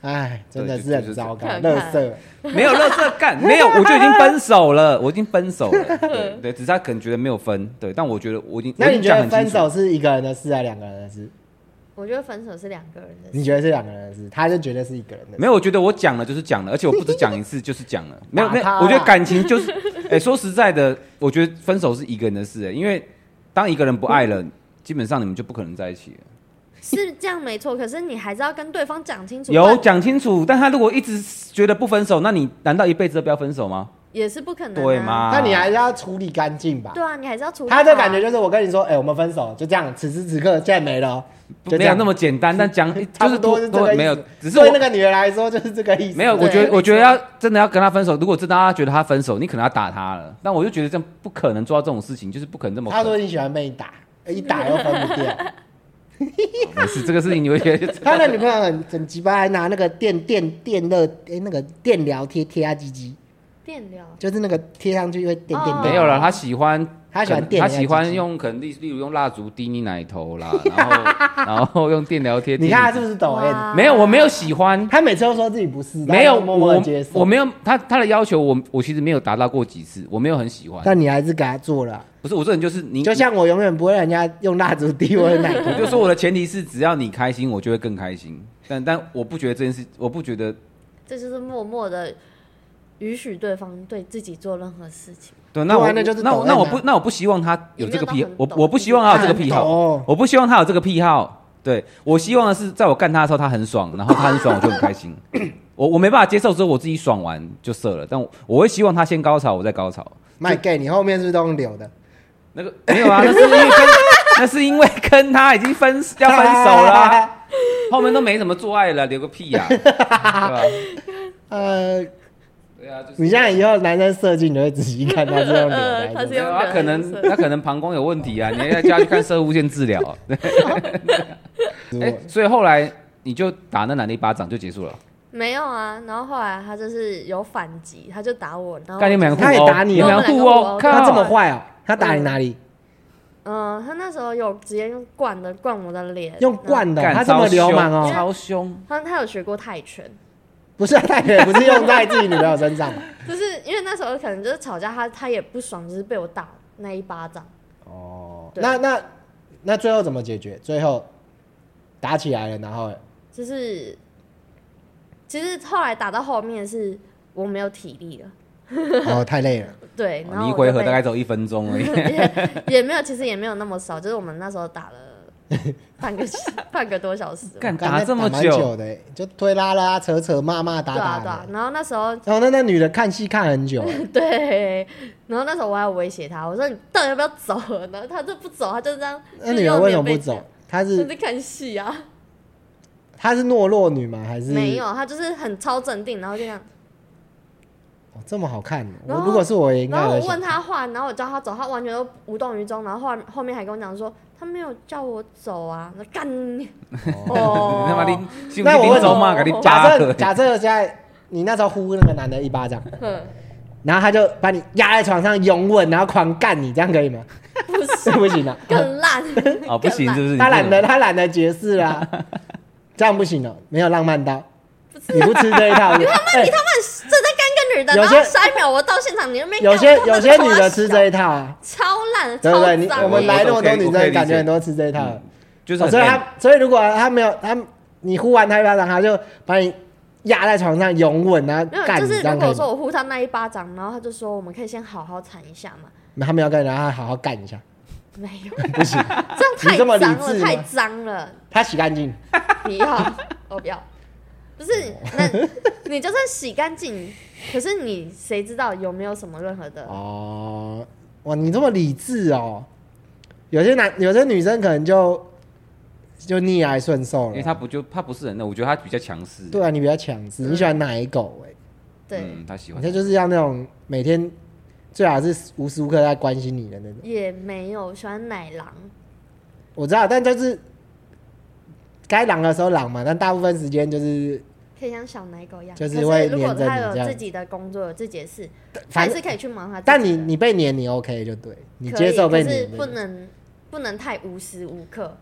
哎，真的是很糟糕，垃圾。 没有垃圾干，没有，我就已经分手了，我已经分手了。对对，只是他可能觉得没有分，对，但我觉得我已经。 那你觉得分手是一个人的事还是两个人的事？ 我觉得分手是两个人的事。 你觉得是两个人的事，他就觉得是一个人的事。 没有，我觉得我讲了就是讲了，而且我不止讲一次就是讲了。没有没有，我觉得感情就是，哎、欸，说实在的，我觉得分手是一个人的事、欸，因为当一个人不爱了，基本上你们就不可能在一起了。 是这样没错，可是你还是要跟对方讲清楚。 有讲清楚，但他如果一直觉得不分手，那你难道一辈子都不要分手吗？ 也是不可能、啊， 对吗？ 那你还是要处理干净吧。 对啊，你还是要处理。 他这感觉就是我跟你说，哎、欸，我们分手，就这样，此时此刻现在没了，就没有那么简单。但讲差不多是这个意思， 没有，只是对那个女人来说就是这个意思。 没有，我觉得我觉得要真的要跟他分手，如果真的他觉得他分手，你可能要打他了。但我就觉得这样不可能做到这种事情，就是不可能这么。 他说你喜欢被你打，一打又分不掉。 没事，这个事情你会觉得他的女朋友很很鸡巴，还拿那个电电电热哎那个电疗贴贴他鸡鸡。 电疗就是那个贴上去会电电电。 没有了，他喜欢他喜欢电， 他喜欢用可能例例如用蜡烛滴你奶头啦，然后然后用电疗贴。 你看他是不是抖 M？ 没有，我没有喜欢。 他每次都说自己不是， 没有默默接受。 我没有他他的要求我，我我其实没有达到过几次，我没有很喜欢。 但你还是给他做了、啊。 不是我这人就是你， 就像我永远不会让人家用蜡烛滴我的奶头。 我就说我的前提是只要你开心，我就会更开心。但但我不觉得这件事，我不觉得这就是默默的。允许对方对自己做任何事情。 对，那我那就是那那我不那我不希望他有这个癖，我我不希望他有这个癖好， 哦、 我不希望他有这个癖好。对，我希望的是，在我干他的时候他很爽，然后他很爽，我就很开心。我我没办法接受之后我自己爽完就射了，但我我会希望他先高潮，我再高潮。 卖 gay， 你后面是不是都用留的？ 那个没有啊，那是因为跟那是因为跟他已经分要分手了、啊，后面都没怎么做爱了，留个屁呀、啊，对吧？ 呃。 对啊，就是、 你现在以后男生射精，你会仔细看他是用流的， 他是用他可能他可能膀胱有问题啊，你要叫他去看射物线治疗、啊。哎、欸，所以后来你就打那男的一巴掌就结束了？ 没有啊，然后后来他就是有反击，他就打我，然后干你们两个他也打你， 你们两个互殴， 他这么坏哦、喔？他打你哪里？ 嗯、呃，他那时候有直接用灌的灌我的脸， 用灌的、喔，他这么流氓哦、 喔，超凶。 他他有学过泰拳。 不是泰拳，不是用在自己女朋友身上嘛？ 就是因为那时候可能就是吵架，他他也不爽，就是被我打那一巴掌。 哦，那那那最后怎么解决？最后打起来了，然后就是其实后来打到后面是我没有体力了， 哦，太累了。 对，然后你一回合大概只有一分钟而已也，也没有，其实也没有那么少，就是我们那时候打了。半个半个多小时， 干打这么久的、欸，就推拉拉、扯扯、骂骂打打。 对啊对啊。然后那时候， 然后那那女的看戏看很久、欸。 对。然后那时候我还威胁她，我说你到底要不要走？然后她就不走，她就这样。 那女人为什么不走？她是她在看戏啊。 她是懦弱女吗？还是没有？她就是很超镇定，然后就这样。 哦，这么好看！我如果是我也应该。 然后我问她话，然后我叫她走，她完全都无动于衷。然后后后面还跟我讲说。他没有叫我走啊！干你！ 哦，他妈你， 那我问走嘛，给你假设假设现在你那时候呼那个男的一巴掌，然后他就把你压在床上拥吻，然后狂干你，这样可以吗？ 不行， 不行啊， 更烂哦，不行，是不是？ 他懒得，他懒得解释啦，这样不行了，没有浪漫到，你不吃这一套。 你他妈，你他妈正在干个女的，然后下一秒我到现场，你那边有些有些女的吃这一套啊， 超烂， 对不对？你我们来那么多女生， 感觉很多吃这一套， 就是所以他所以如果他没有他你呼完他一巴掌，他就把你压在床上拥吻啊，干你， 就是如果说我呼他那一巴掌，然后他就说我们可以先好好谈一下嘛， 他没有跟，然后他好好干一下。 没有， 不行， 这样太脏了，太脏了。 他洗干净， 不要，我不要。不是，那你就算洗干净，可是你谁知道有没有什么任何的？ 哦，哇，你这么理智哦。有些男，有些女生可能就就逆来顺受了， 因为他不就他不是人的，我觉得他比较强势。 对啊，你比较强势，你喜欢奶狗哎、欸？ 对、 嗯，他喜欢。 他就是要那种每天。最好是无时无刻在关心你的那种。 也没有喜欢奶狼， 我知道，但就是该狼的时候狼嘛，但大部分时间就是可以像小奶狗一样， 就是会黏着你这样。 如果他有自己的工作，有自己的事，还是可以去忙他自己的。 但你你被黏你 OK 就对，你接受被黏， 可是不能不能太无时无刻。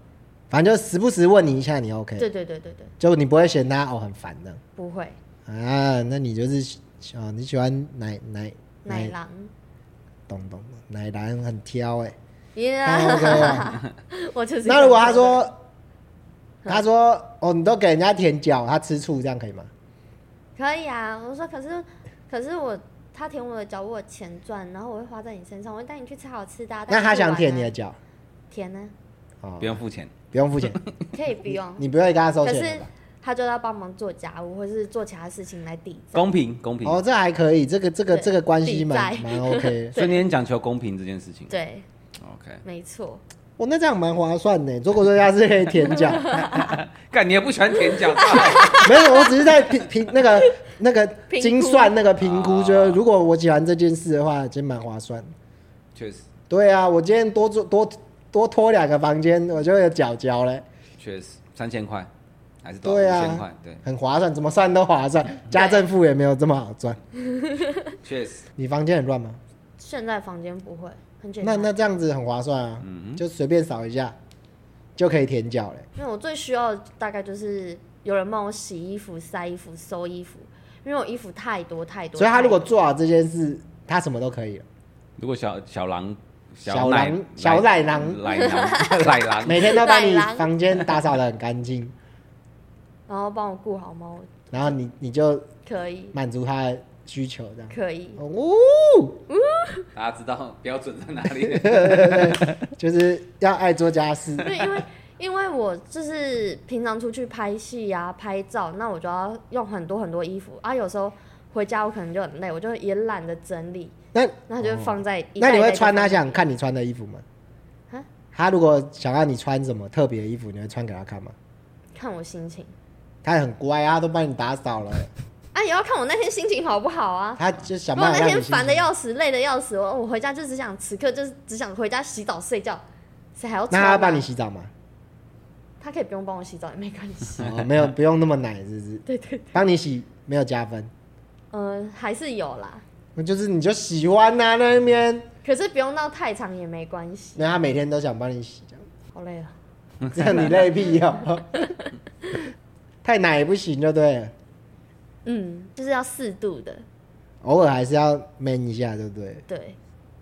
反正就时不时问你一下，你 OK？ 对对对对对， 就你不会嫌他哦很烦的。 不会。 啊，那你就是哦，你喜欢奶奶奶狼， 懂懂，奶狼很挑哎、 欸。 Yeah 啊 OK 啊我就是。 那如果他说，他说哦，你都给人家舔脚，他吃醋，这样可以吗？ 可以啊，我说可是可是我他舔我的脚，我有钱赚，然后我会花在你身上，我会带你去吃好吃的、啊。 那他想舔你的脚？ 舔呢、 啊？哦，不用付钱， 不用付钱， 可以不用。 你不会跟他收钱的吧？ 可是他就要帮忙做家务，或是做其他事情来抵债。 公平公平。 哦，这还可以，这个这个这个关系蛮蛮 OK 的。 所以你很讲求公平这件事情。 对 ，OK， 没错。 哦，那这样蛮划算的。如果说他是可以舔脚， 干你也不喜欢舔脚， 没有，我只是在评评那个那个精算那个评估，觉得如果我喜欢这件事的话，真蛮划算。 确实。 对啊，我今天多做多多拖两个房间，我就有脚交嘞。 确实，三千块还是多少？ 对啊， 五千块，对， 很划算，怎么算都划算。家政妇也没有这么好赚。 确实。 你房间很乱吗？ 现在房间不会。那那这样子很划算啊，嗯、就随便扫一下就可以舔脚了。 因为我最需要的大概就是有人帮我洗衣服、晒衣服、收衣服，因为我衣服太多太多。 所以他如果做好这件事，他什么都可以了。 如果小小狼、 小狼、小奶狼、 奶狼、奶狼， 每天都把你房间打扫得很干净， 然后帮我顾好猫， 然后你你就可以满足他的需求，这样可以。 哦， 大家知道标准在哪里？ 就是要爱做家事。 对，因为因为我就是平常出去拍戏啊、拍照，那我就要用很多很多衣服啊。有时候回家我可能就很累，我就也懒得整理， 那那就放在一袋一袋。 那你会穿他想看你穿的衣服吗？ 啊？ 他如果想要你穿什么特别的衣服，你会穿给他看吗？ 看我心情。 他很乖啊，都帮你打扫了。 啊，也要看我那天心情好不好啊。 他就想办法让你。如果那天烦的要死，累的要死，我我回家就只想此刻就是只想回家洗澡睡觉，谁还要穿、啊？ 那他要帮你洗澡吗？ 他可以不用帮我洗澡也没关系。 哦，没有不用那么奶，是不是？ 对对对。 帮你洗没有加分。 嗯、呃，还是有啦。 那就是你就喜欢啊那边。 可是不用到太长也没关系。 那他每天都想帮你洗，这样。 好累啊。 这样你累屁哦。太奶也不行就对了。 嗯，就是要适度的， 偶尔还是要 man 一下，对不对？ 对。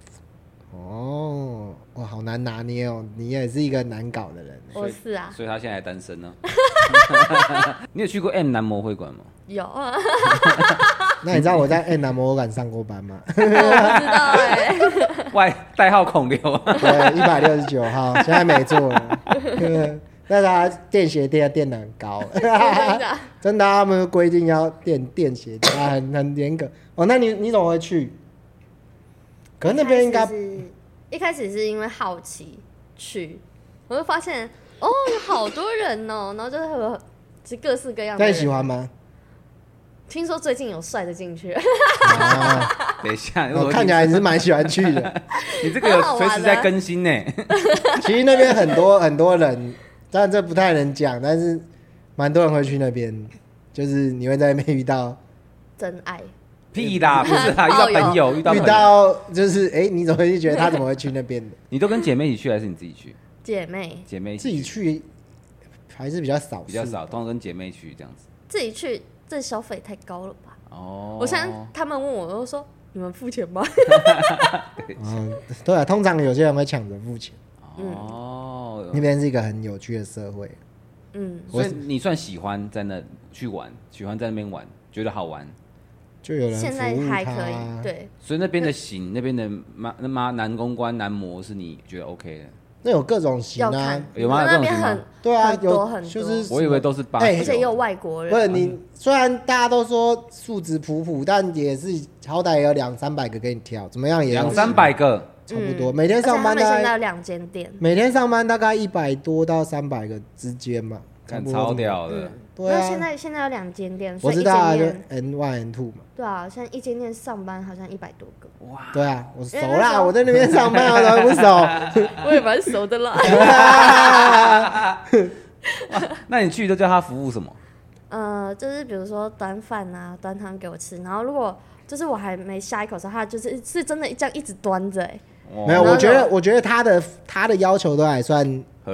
哦，哇，好难拿捏哦！你也是一个难搞的人。 我是啊， 所以他现在还单身呢。你有去过 M 男模会馆吗？ 有啊。 那你知道我在 M 男模会馆上过班吗？ 我不知道哎、欸。 外代号孔刘。 对，一百六十九号，现在没做了。那他垫鞋垫垫得很高，真的，真的，他们规定要垫垫鞋垫，很很严格。哦，那你你怎么会去？可是那边应该一开始是因为好奇去，我就发现哦有好多人哦，然后就是有是各式各样的人。 那你喜欢吗？ 听说最近有帅的进去。 啊、等一下， 我、哦、看起来是蛮喜欢去的。 你这个有随时在更新呢。 其实那边很多很多人。当然这不太能讲，但是蛮多人会去那边，就是你会在那边遇到真爱。 屁啦，不是啦，遇到朋友，遇到遇到就是哎、欸，你怎么会觉得他怎么会去那边的？ 你都跟姐妹一起去还是你自己去？ 姐妹， 姐妹自己去还是比较少， 比较少，通常跟姐妹去这样子。 自己去，这消费太高了吧？ 哦， 我现在他们问我，我都说你们付钱吗？ 嗯，对啊，通常有些人会抢着付钱。 哦， 那边是一个很有趣的社会。 嗯， 所以你算喜欢在那去玩，喜欢在那边玩，觉得好玩， 就有人服务他。 现在还可以，对。 所以那边的型，那边的妈那妈男公关、男模是你觉得 OK 的？ 那有各种型啊， 有吗？有这种型吗？ 对啊， 有很多， 就是我以为都是八， 而且也有外国人。 不是你，虽然大家都说素质普普，但也是好歹也有两三百个给你挑，怎么样也两三百个。 差不多，嗯、每天上班大概现在有两间店， 每天上班大概一百多到三百个之间嘛， 看超屌的。 嗯、 对啊， 那现在现在有两间店， 我知道啊，就 N one N two 嘛。 对啊，现在一间店上班好像一百多个。 哇，对啊，我熟啦，我在那边上班，我怎么不熟？ 我也蛮熟的啦。 那你去都叫他服务什么？ 呃，就是比如说端饭啊，端汤给我吃，然后如果就是我还没下一口的时候，他就是是真的这样一直端着、欸。 没有，我觉得，我觉得他的他的要求都还算合理，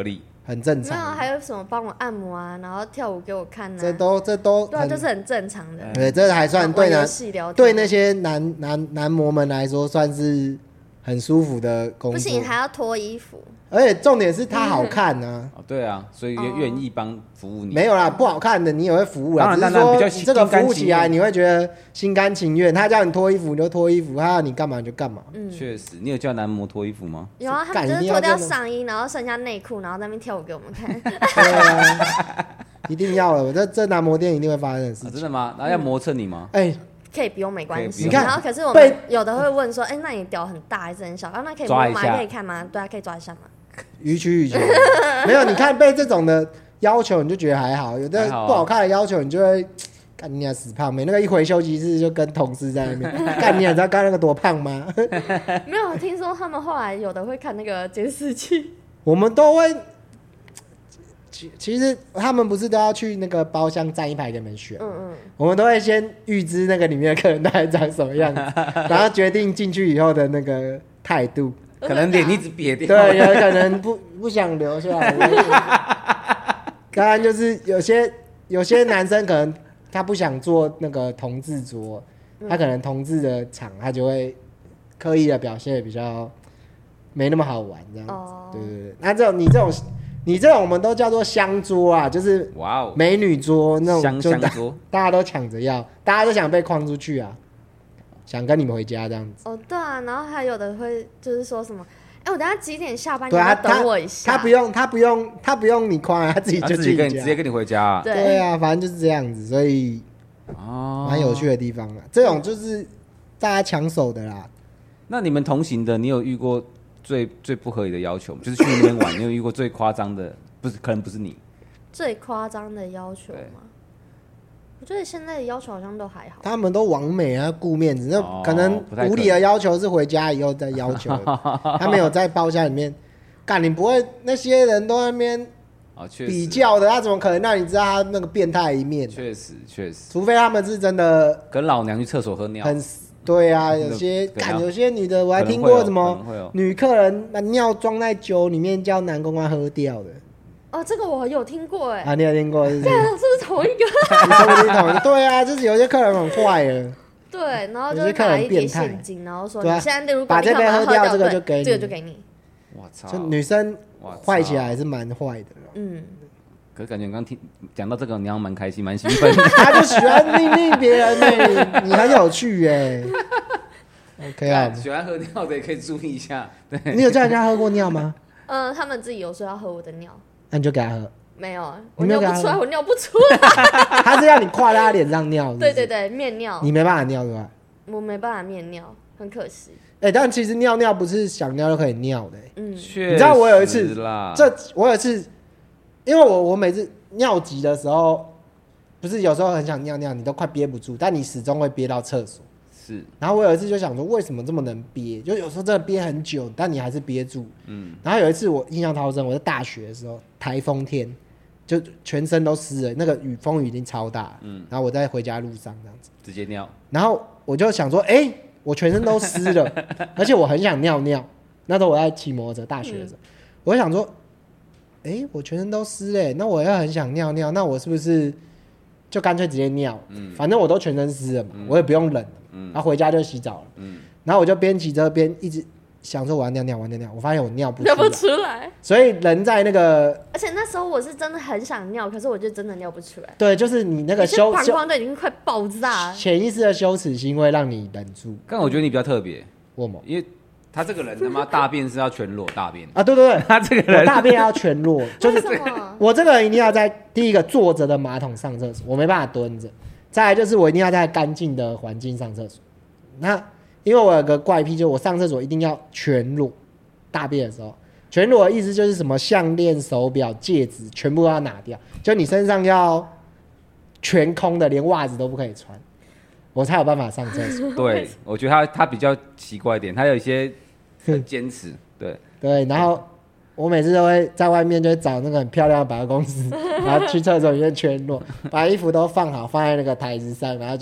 很正常。 没有，还有什么帮我按摩啊，然后跳舞给我看啊， 这都这都对啊，就是很正常的。 对，这还算对呢，对那些男男男模们来说算是很舒服的工作。 不行，还要脱衣服。 而且重点是他好看啊！ 哦，对啊，所以愿意帮服务你。 没有啦，不好看的你也会服务啦。 当然，当然比较你这个服务起来，你会觉得心甘情愿。他叫你脱衣服你就脱衣服，他要你干嘛你就干嘛。 嗯， 确实，你有叫男模脱衣服吗？ 有啊，他们就是脱掉上衣，然后剩下内裤，然后在那边跳舞给我们看。 对啊，一定要了，这这男模店一定会发生的事情。 真的吗？然后要磨蹭你吗？ 哎。 可以不用没关系， 你看， 然后可是我们有的会问说，哎，那你屌很大还是很小？啊，那可以摸吗？可以看吗？对啊，可以抓一下吗？ 予取予求，没有，你看被这种的要求你就觉得还好，有的不好看的要求你就会干你俩死胖妹，那个一回休息室就跟同事在那边干你俩，知道刚刚那个多胖吗？ 没有，听说他们后来有的会看那个监视器， 我们都会。其其实他们不是都要去那个包厢站一排给你们选，嗯嗯，我们都会先预知那个里面的客人大概长什么样子，然后决定进去以后的那个态度。 可能脸一直瘪掉， 对，有可能不不想留下来。当然就是有些有些男生可能他不想做那个同志桌，他可能同志的场他就会刻意的表现比较没那么好玩这样子。哦、对对对，那这种你这种。你这种我们都叫做香桌啊，就是美女桌那种， 香香桌， 大家都抢着要，大家都想被框出去啊，想跟你们回家这样子。 哦，对啊，然后还有的会就是说什么，哎，我等下几点下班？你要等我一下。 他不用，他不用，他不用你框，他自己就去跟直接跟你回家、啊。 对啊，反正就是这样子，所以哦，蛮有趣的地方啊。这种就是大家抢手的啦。 那你们同行的，你有遇过？最最不合理的要求，就是去那边玩，你有遇过最夸张的？不是，可能不是你最夸张的要求吗？我觉得现在的要求好像都还好。 他们都完美啊，顾面子，那、哦、可能无理的要求是回家以后再要求，他没有在包厢里面干，你不会那些人都在那边比较的，他怎么可能让你知道他那个变态一面？ 确实，确实， 除非他们是真的跟老娘去厕所喝尿， 很。对啊，有些干有些女的，我还听过什么女客人把尿装在酒里面叫男公关喝掉的。 哦，这个我有听过哎。 啊，你有听过是不是？ 对啊，是不是同一个？ 你说不定同一个。对啊，就是有些客人很坏了。 对，然后就拿一叠现金，然后说你现在如果把这杯喝掉，这个就给你， 这个就给你。 我操！ 就女生坏起来还是蛮坏的。嗯。 可是感觉刚听讲到这个，你好像蛮开心、蛮兴奋。 他就喜欢命令别人呢，你很有趣耶。OK 啊， 喜欢喝尿的也可以注意一下。对， 你有叫人家喝过尿吗？ 嗯、呃，他们自己有说要喝我的尿， 那你就给他喝。 没有，我尿不出来，我尿不出来。 他是要你跨在他脸上尿是不是？ 对对对，面尿。 你没办法尿对吧？ 我没办法面尿，很可惜。 哎、欸，但其实尿尿不是想尿就可以尿的、欸。嗯， 你知道我有一次，这我有一次，因为我我每次尿急的时候，不是有时候很想尿尿，你都快憋不住，但你始终会憋到厕所。是。然后我有一次就想说，为什么这么能憋？就有时候真的憋很久，但你还是憋住。嗯。然后有一次我印象超深，我在大学的时候，台风天，就全身都湿了，那个雨风雨已经超大。嗯。然后我在回家路上这样子， 直接尿。 然后我就想说，哎、欸，我全身都湿了，而且我很想尿尿。那时候我在骑摩托车，大学的时候，嗯、我就想说，哎、欸，我全身都湿嘞，那我要很想尿尿，那我是不是就干脆直接尿？嗯。反正我都全身湿了嘛，嗯、我也不用冷。嗯，然后回家就洗澡了。嗯，然后我就边骑车边一直想说我要尿尿，我要尿尿。我发现我尿不出来， 尿不出来。 所以人在那个， 而且那时候我是真的很想尿，可是我就真的尿不出来。 对，就是你那个羞膀胱都已经快爆炸了， 潜意识的羞耻心会让你忍住。 但我觉得你比较特别， 为什么？ 因为他这个人他妈大便是要全裸大便啊！对对对， 他这个人我大便要全裸，就是我这个人一定要在第一个坐着的马桶上厕所，我没办法蹲着。再来就是我一定要在干净的环境上厕所。那因为我有个怪癖，就是我上厕所一定要全裸，大便的时候，全裸的意思就是什么项链、手表、戒指全部都要拿掉，就你身上要全空的，连袜子都不可以穿，我才有办法上厕所。 对，我觉得他他比较奇怪一点，他有一些坚持。对对，然后我每次都会在外面就会找那个很漂亮的百货公司，然后去厕所里面全裸，把衣服都放好，放在那个台子上，然后就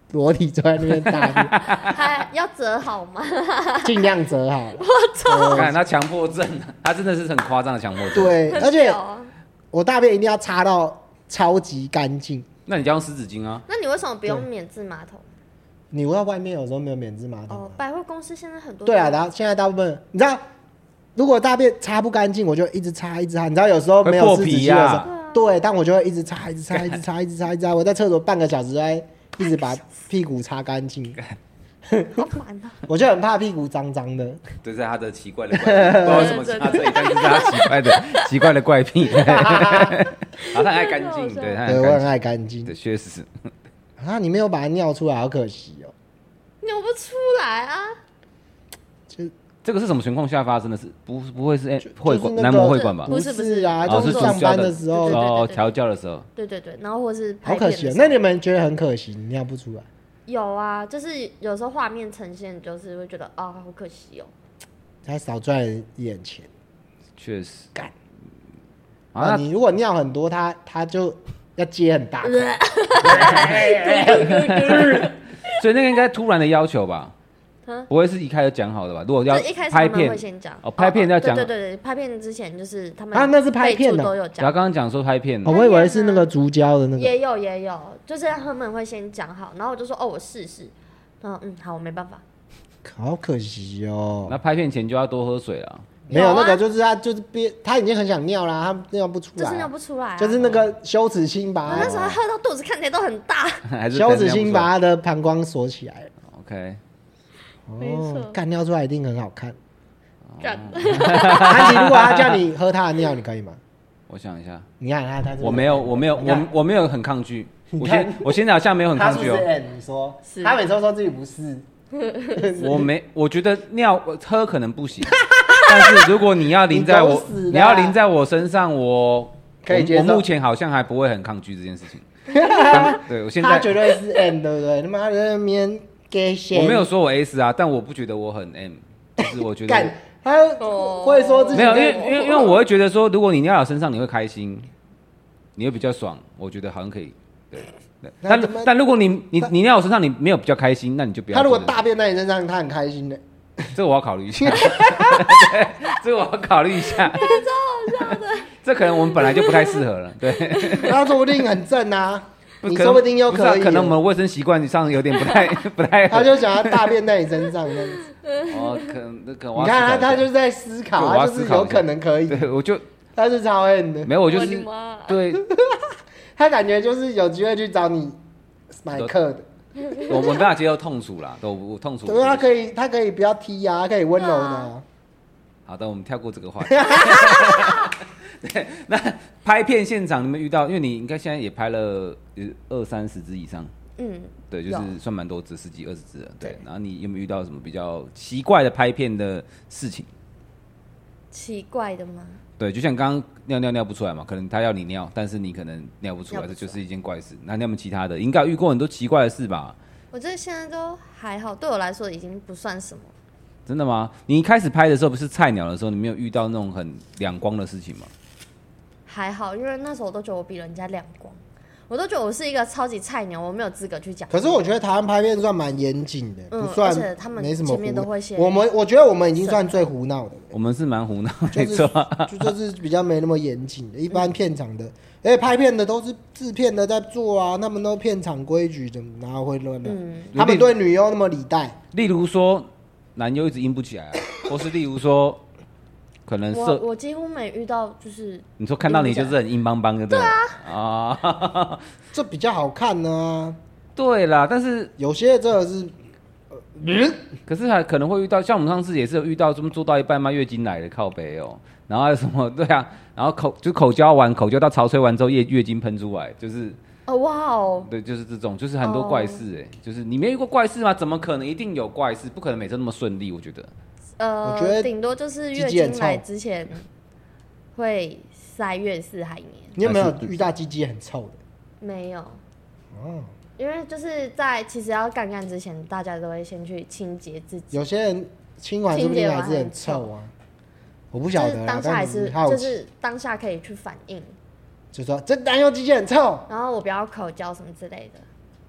裸体坐在那边大便， 还要折好吗？ 尽量折好。 我操！ 看他强迫症，他真的是很夸张的强迫症。 对， 很而且屌啊我大便一定要擦到超级干净。 那你就用湿纸巾啊？ 那你为什么不用免治马桶？ 你在外面有时候没有免治马桶、啊。 哦，百货公司现在很多。 对啊，然后现在大部分你知道，如果大便擦不干净，我就一直擦一直擦。你知道有时候没有湿纸巾的时候， 啊、 对，但我就会一直擦一直擦一直擦一直擦一直擦。我在厕所半个小时在一直把屁股擦干净。 好烦啊！ 我就很怕屁股脏脏的。 这是他的奇怪的怪癖，不知道为什么擦这里，但是他奇怪的奇怪的怪癖。啊，他爱干净，对，他对我很爱干净， 对，确实。 啊，你没有把它尿出来，好可惜哦。 尿不出来啊！ 就这个是什么情况下发生的？是不不会是会馆、 那個、 男模会馆吧？ 不是不是啊， 哦、 就是上班的时候哦，调教的时候。 对对对，然后或是好可惜哦。那你们觉得很可惜，你尿不出来？ 有啊，就是有时候画面呈现，就是会觉得啊、哦，好可惜哦。 才少赚一点钱。 确实。 干。啊，你如果尿很多，他他就要接很大。 所以那个应该突然的要求吧？不会是一开始讲好的吧？如果要拍片， 会先讲哦，拍片要讲。 对对对，拍片之前就是他们啊，那是拍片的都有讲。 他刚刚讲说拍片的， 哦，我以为是那个竹胶的那个。 也有也有，就是他们会先讲好，然后我就说哦，我试试。嗯嗯，好，我没办法。 好可惜哦。 那拍片前就要多喝水啊。 没有那个，就是他就是憋，他已经很想尿啦，他尿不出来， 就是尿不出来、啊， 就是那个羞耻心把他， 我那时候喝到肚子看起来都很大， 羞耻心把他的膀胱锁起来了。 OK， 哦，干尿出来一定很好看。 干， 安琪，如果他叫你喝他的尿，你可以吗？ 我想一下， 你看他他我没有，我没有，我我没有很抗拒。我现我现在好像没有很抗拒哦。 你说，他每次都说自己不是。 我没，我觉得尿喝可能不行。但是如果你要淋在我，你, 你要淋在我身上，我可以接受。 我目前好像还不会很抗拒这件事情。对，我现在他绝对是 M， 对不对？他妈的那边给线。 我没有说我 S 啊，但我不觉得我很 M， 就是我觉得干他会说自己没有，因为因为因为我会觉得说，如果你尿到身上，你会开心，你会比较爽，我觉得好像可以。对，对但但如果你你你尿我身上，你没有比较开心，那你就不要。 他如果大便在你身上，他很开心的。 这个我要考虑一下，这个我要考虑一下， 超好笑的。 这可能我们本来就不太适合了，对。 他说不定很正啊，你说不定又可以。 可能我们卫生习惯上有点不太不太。 他就想要大便在你身上这样子。 哦，可能可能。 你看他，他就是在思考，他就是有可能可以。 对，我就他是超 N 的。 没有，我就是对。 他感觉就是有机会去找你买课的。 我没办法接受痛楚啦，都不痛楚。 对，他可以，他可以不要踢啊，他可以温柔的、啊。 好的，我们跳过这个话题。对，那拍片现场你们遇到，因为你应该现在也拍了二三十支以上， 嗯， 对，就是算蛮多支，十几二十支了。对，对然后你有没有遇到什么比较奇怪的拍片的事情？ 奇怪的吗？ 对，就像刚刚尿尿尿不出来嘛，可能他要你尿，但是你可能尿不出来，这就是一件怪事。那你们其他的应该遇过很多奇怪的事吧？ 我觉得现在都还好，对我来说已经不算什么。 真的吗？你一开始拍的时候不是菜鸟的时候，你没有遇到那种很两光的事情吗？ 还好，因为那时候我都觉得我比人家亮光，我都觉得我是一个超级菜鸟，我没有资格去讲。 可是我觉得台湾拍片算蛮严谨的， 嗯、 不算， 而且他们前面都会先。 我们我觉得我们已经算最胡闹的。 我们是蛮胡闹， 没错，就就是比较没那么严谨的。一般片场的，而且拍片的都是制片的在做啊，他们都片场规矩的，哪会乱的？嗯、他们对女优那么礼待。 例如说，男优一直硬不起来、啊，或是例如说。可能我我几乎没遇到，就是你说看到你就是很硬邦邦的， 对啊啊， 这比较好看呢、啊。 对啦，但是有些真的是， 呃、可是还可能会遇到，像我们上次也是有遇到，这么做到一半嘛，月经来的靠北哦、喔，然后还有什么对啊，然后口就口交完，口交到潮吹完之后，月月经喷出来，就是哦哇哦， 对，就是这种，就是很多怪事哎、欸， oh. 就是你没遇过怪事吗？怎么可能一定有怪事？不可能每次那么顺利，我觉得。 呃，我觉得顶多就是月经来之前会塞月事海绵。 你有没有遇到鸡鸡很臭的？ 没有。哦。因为就是在其实要干干之前，大家都会先去清洁自己。 有些人清完说不定还是很臭啊。我不晓得、啊。 当下还是就是当下可以去反应。 就说这男优鸡鸡很臭， 然后我不要口交什么之类的。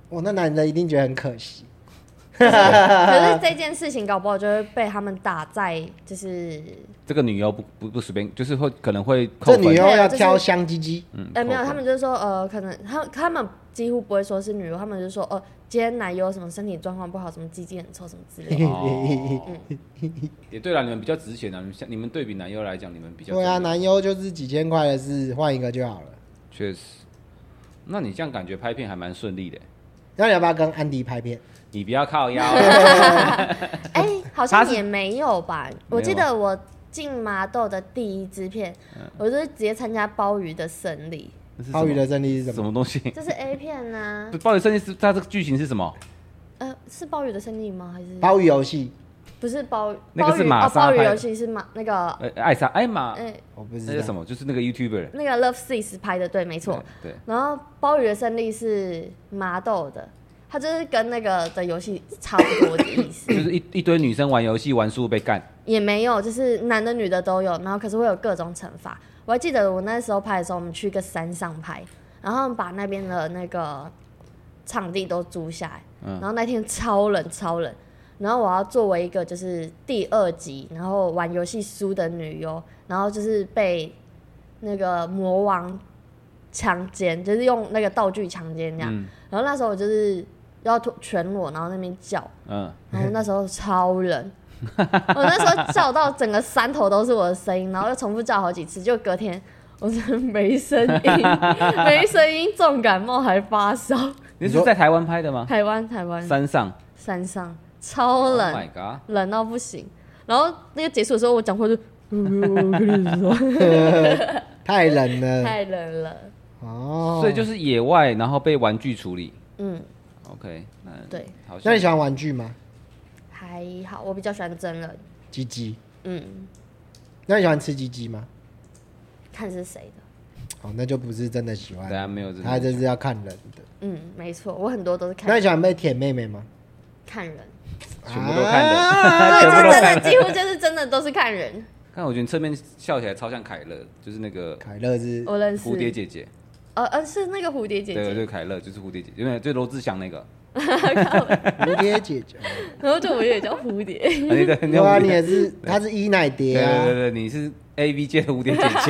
我那男的一定觉得很可惜。 可是这件事情搞不好就会被他们打在就是这个女优不不不随便，就是会可能会扣分。 这女优要挑香鸡鸡。 嗯， 哎、欸、没有，他们就是说呃，可能他他们几乎不会说是女优，他们就说哦、呃，今天男优什么身体状况不好，什么鸡鸡很臭什么之类的。 哦嗯、也对了，你们比较值钱啊，你们像你们对比男优来讲，你们比较对啊，男优就是几千块的事，换一个就好了。 确实，那你这样感觉拍片还蛮顺利的。 那你要不要跟安迪拍片？ 你不要靠腰。 哎、欸，好像也没有吧？我记得我进麻豆的第一支片，嗯、我就是直接参加鲍鱼的胜利。 鲍鱼的胜利是什么？ 什么东西？ 这是 A 片啊。 鲍鱼胜利是它这个剧情是什么？ 呃，是鲍鱼的胜利吗？还是鲍鱼游戏？ 不是鲍鱼， 那个是玛莎哦，鲍鱼游戏是马那个呃艾莎艾玛， 哎、欸， 我不知道那是什么，就是那个 YouTuber， 那个 Love Six 拍的，对，没错。 对。对然后鲍鱼的胜利是麻豆的。它就是跟那个的游戏差不多的意思， 就是一一堆女生玩游戏玩输被干， 也没有，就是男的女的都有，然后可是会有各种惩罚。我还记得我那时候拍的时候，我们去一个山上拍，然后把那边的那个场地都租下来，嗯、然后那天超冷超冷，然后我要作为一个就是第二集，然后玩游戏输的女优，然后就是被那个魔王强奸，就是用那个道具强奸这样，嗯、然后那时候我就是要全裸，然后那边叫，嗯，然后那时候超冷，我那时候叫到整个山头都是我的声音，然后又重复叫好几次，就隔天我真的没声音，没声音，重感冒还发烧。 你是在台湾拍的吗？ 台湾，台湾山上， 山上超冷 ，Oh my god， 冷到不行。然后那个结束的时候，我讲话就，我跟你说， 太冷了， 太冷了。 哦， 所以就是野外，然后被玩具处理。 嗯 ，OK， 那对， 好。 那你喜欢玩具吗？ 还好，我比较喜欢真人。 鸡鸡。 嗯。 那你喜欢吃鸡鸡吗？ 看是谁的。 哦，那就不是真的喜欢。 对啊，没有真的。 他这是要看人的。 嗯，没错，我很多都是看人。 那你喜欢被舔妹妹吗？ 看人。 全部都看人。 啊、 对，就真的几乎就是真的都是看人。 看，我觉得你侧面笑起来超像凯乐，就是那个凯乐是我认识蝴蝶姐姐。 呃呃，是那个蝴蝶姐姐。 对对，凯乐就是蝴蝶姐，因为就罗志祥那个。 蝴蝶姐姐。 然后就我也叫蝴蝶。 对对对啊，你也是，他是伊奶蝶啊。 对对对，你是 A V 界的蝴蝶姐姐。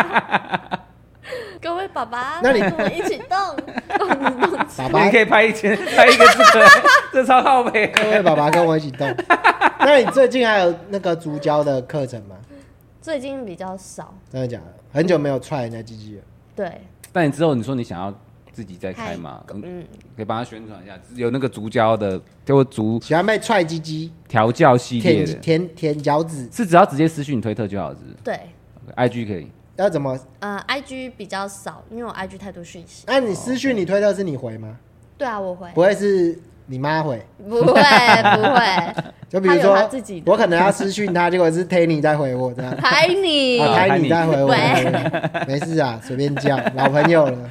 各位爸爸， 那你跟我一起动。 爸爸， 你可以拍一千，拍一个这个，这超靠北。 各位爸爸跟我一起动。那你最近还有那个足交的课程吗？ 最近比较少。 真的假的？很久没有踹人家鸡鸡了。 对。 但你之后你说你想要自己再开嘛？嗯，可以帮他宣传一下，有那个足交的，就足喜欢被踹鸡鸡调教系列的， 舔舔脚趾， 是只要直接私讯推特就好，是不是？ 对。 I G 可以。 要怎么？ 呃 ，I G 比较少，因为我 I G 太多讯息。 那、啊、你私讯你推特是你回吗？ 对啊，我回。 不会是你妈回？ 不会，不会。 就比如说， 他自己我可能要私讯他，结果是 Tanny 在回我这样。 Tanny， 啊 Tanny 在回我，没事啊，随便叫，老朋友了。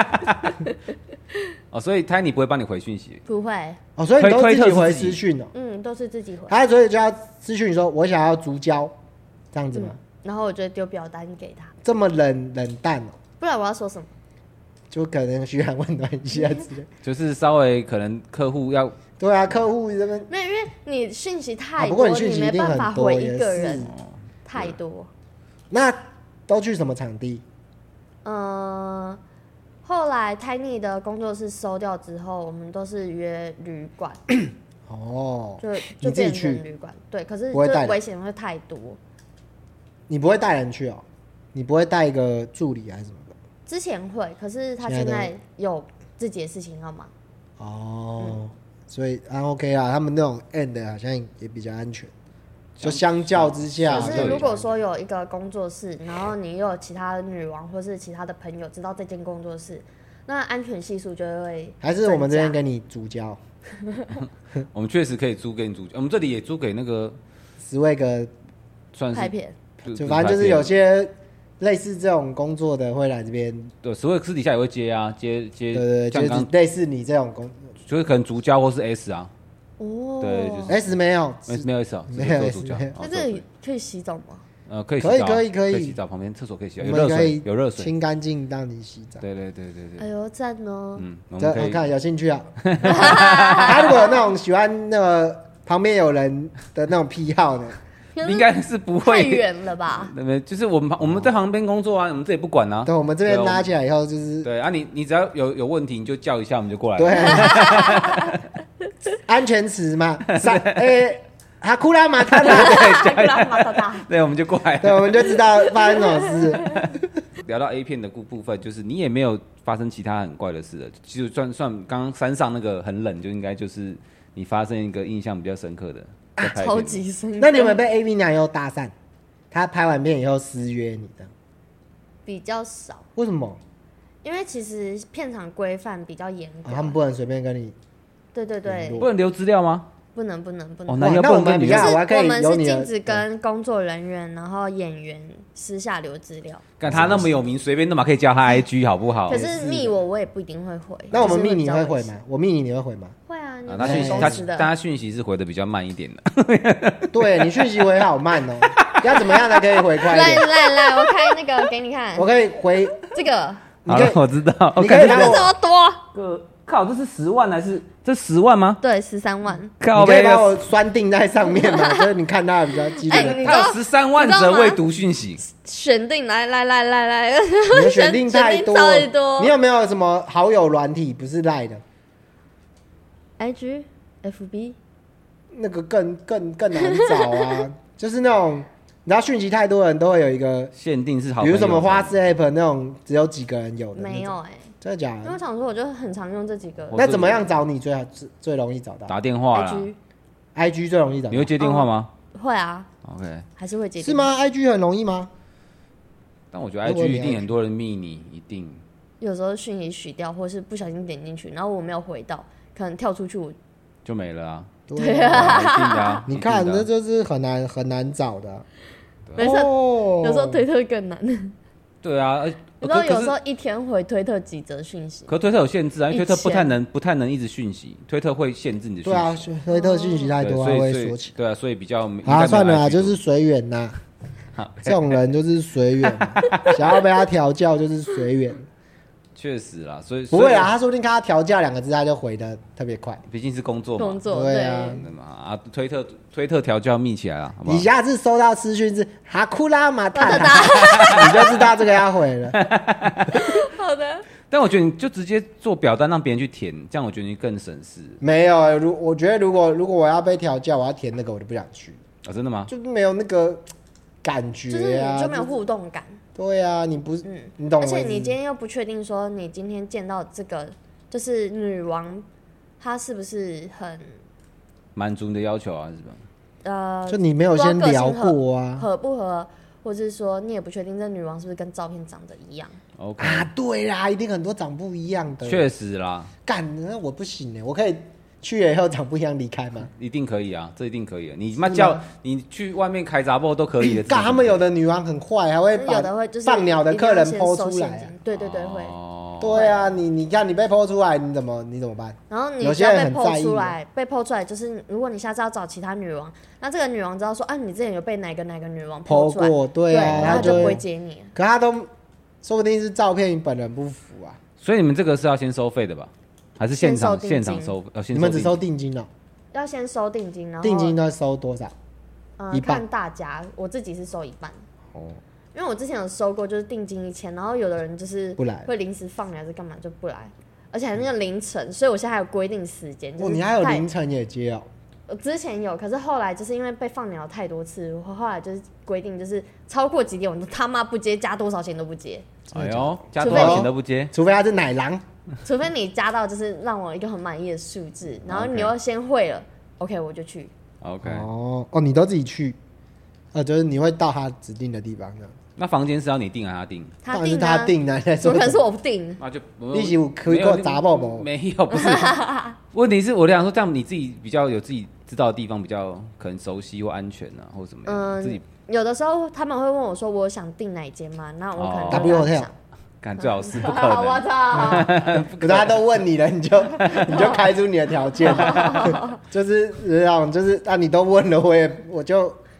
哦，所以 Tanny 不会帮你回讯息？ 不会。 哦，所以你都自己回私讯哦。 嗯，都是自己回。 他所以就要私讯说，我想要足交，这样子吗？ 嗯、然后我就丢表单给他。 这么冷冷淡哦。 不然我要说什么？ 就可能嘘寒问暖一下之类。 就是稍微可能客户要。 对啊，客户这边没有，因为你讯息太多，啊、 不过你讯息你没办法回一个人， 哦、 太多。 那都去什么场地？ 嗯、呃，后来 Tiny 的工作室收掉之后，我们都是约旅馆。 哦， 就就变成旅馆，对，可是就危险会太多。 你不会带人去哦？你不会带一个助理还是什么的？ 之前会，可是他现在有自己的事情要忙。 哦。嗯，所以啊 OK 啦，他们那种 end 好像也比较安全，就相较之下。 可是如果说有一个工作室，然后你又有其他的女王或是其他的朋友知道这间工作室，那安全系数就会。 还是我们这边给你主交。 我们确实可以租给你租，我们这里也租给那个十位个， 算是拍片， 就反正就是有些类似这种工作的会来这边。 对，十位私底下也会接啊，接接。 对对对，就是类似你这种工。 就是可能足交或是 S 啊， 哦， 对，就是 S 没有 ，S 没有 S 啊， 没有 S， 足交。 那这里可以洗澡吗？ 呃，可以洗可以澡， 可以可以可以洗澡，旁边厕所可以洗澡，有我们可以热水，有热水， 清干净让你洗澡。 对对对对对， 哎呦赞哦！ 嗯，我这们可以我看有兴趣啊。他如果有那种喜欢那个旁边有人的那种癖好呢？ 应该是不太会， 远了吧？ 对不对？就是我们我们在旁边工作啊，我们这也不管啊。 对，我们这边对拉起来以后就是对啊，你你只要有有问题，你就叫一下，我们就过来。 对，安全词嘛，三诶，哈库拉马塔拉， 对，拉马达达。 对，我们就过来。 对，我们就知道发生什么事。 聊到 A 片的部部分，就是你也没有发生其他很怪的事了，就算算刚刚山上那个很冷，就应该就是你发生一个印象比较深刻的。 超级深刻。 那你有没有被 A V 男优搭讪？他拍完片以后私约你的？ 比较少， 为什么？ 因为其实片场规范比较严格、 哦，他们不能随便跟你。 对对对， 不能留资料吗？ 不能不能不能。 哦，男优那不能跟女优我们比较，我还可以我们是有你的禁止跟工作人员，然后演员私下留资料。 干他那么有名，随便都嘛可以叫他 I G 好不好？ 可是密我，我也不一定会回。 那我们密就是你会回比较危险吗？我密你你会回吗？ 会啊，你啊，他很讯息他忠实的。 但他讯息是回的比较慢一点的。 对你讯息回好慢哦，要怎么样才可以回快一来点？ 来来，我开那个给你看我，可以回， 这个你可以好了，我知道。 你可以这这让我么多， 个靠，这是十万还是这十万吗？ 对，十三万。 靠你可以背把我拴定在上面嘛，就是你看他比较基本的。 哎你知道他有十三万则未读讯息， 选定来来来来来， 你的选定太多， 选定太多你有没有什么好友软体不是赖的？ I G F B 那个更更更难找啊，就是那种你知道讯息太多人都会有一个， 限定是好朋友， 比如什么花式 app 那种只有几个人有的那种， 没有哎、 真的假的？ 因为我想说，我就很常用这几个我那怎么样找你最好最最容易找到打电话 I 啦？ G ？I G 最容易找到你会接电话吗会啊， ？OK， 还是会接是？吗？I G 很容易吗？ 但我觉得 I G 一定很多人密你，一定。 有时候讯息许掉，或是不小心点进去，然后我没有回到，可能跳出去我就没了啊！ 对啊，一定的啊！ 你看， 一定的啊这就是很难很难找的啊。 没事， 哦有时候推特更难。 对啊，呃你知道可可是有时候一天回推特几则讯息， 可推特有限制啊，因为推特一千不太能不太能一直讯息，推特会限制你的讯对啊， 息。 推特讯息太对多，还所以所以会锁起。 对啊，所以比较应该没啊， 有算了啦， I G 多就是随缘呐。 好这种人就是随缘，想要被他调教就是随缘。 确实啦，所以不会啊， 所以他说不定看他调教两个字，他就回的特别快。 毕竟是工作嘛， 工作对啊真的嘛啊，推特推特调教密起来了，好不好你？下次收到私讯是哈库拉马塔塔，你就知道这个要回了。 好的， 但我觉得你就直接做表单让别人去填，这样我觉得你更省事没有欸，如我觉得如果如果我要被调教，我要填那个，我就不想去， 啊！真的吗？ 就是没有那个感觉就是啊， 你就没有互动感， 对啊，你不是， 嗯， 你懂我意思？ 而且你今天又不确定说你今天见到这个就是女王，她是不是很满足你的要求啊，是吧？ 呃就你没有先聊过啊合不合，或者是说你也不确定这女王是不是跟照片长得一样。 OK， 啊，对啦，一定很多长不一样的。 确实啦， 干，那我不行哎，我可以去了以后长不一样离开吗？ 一定可以啊，这一定可以啊！你妈是吗叫你去外面开杂报都可以的。 干，他们有的女王很坏，还会把有的会就是放鸟的客人一定剖要先收现出来啊。 金对对对会。 哦对啊，你你看你被剖出来，你怎么你怎么办？ 然后你有些只要被人很在意剖出来，被剖出来就是如果你下次要找其他女王，那这个女王知道说啊，你之前有被哪个哪个女王剖出来， 剖过，对啊， 然后就不他就会会接你。 可他都说不定是照片，你本人不符啊。 所以你们这个是要先收费的吧？还是现场先收定现场金收？呃，先你们只收定定金哦， 要先收定金，然后定金要收多少？ 呃一半看大家，我自己是收一半， 哦， 因为我之前有收过，就是定金一千，然后有的人就是不来会临时放你还是干嘛就不来，而且还那个凌晨，所以我现在还有规定时间。就哦， 是你还有太凌晨也接哦。 我之前有，可是后来就是因为被放鸟太多次，我后来就是规定，就是超过几点我都他妈不接，加多少钱都不接， 哎呦，加除非多少钱都不接， 除非他是奶狼， 除非你加到就是让我一个很满意的数字，然后 OK 你又先会了 ，OK 我就去。 OK， 哦哦，你都自己去，呃，就是你会到他指定的地方这样。 那房间是要你定还是他定？ 他当然是定啊， 他定的，在怎么可能是说什么？ 我不定？ 那就你是有开过杂报不没有，不是。问题是我想说，这样你自己比较有自己知道的地方，比较可能熟悉或安全啊，或什么样。 嗯自己有的时候他们会问我说我想订哪一间吗？那我可能哦就 W 跟他 Hotel 讲。 干最好是不可我能。 操！ 可是他都问你了，你就你就开出你的条件，就是这样，就是啊，你都问了，我也我就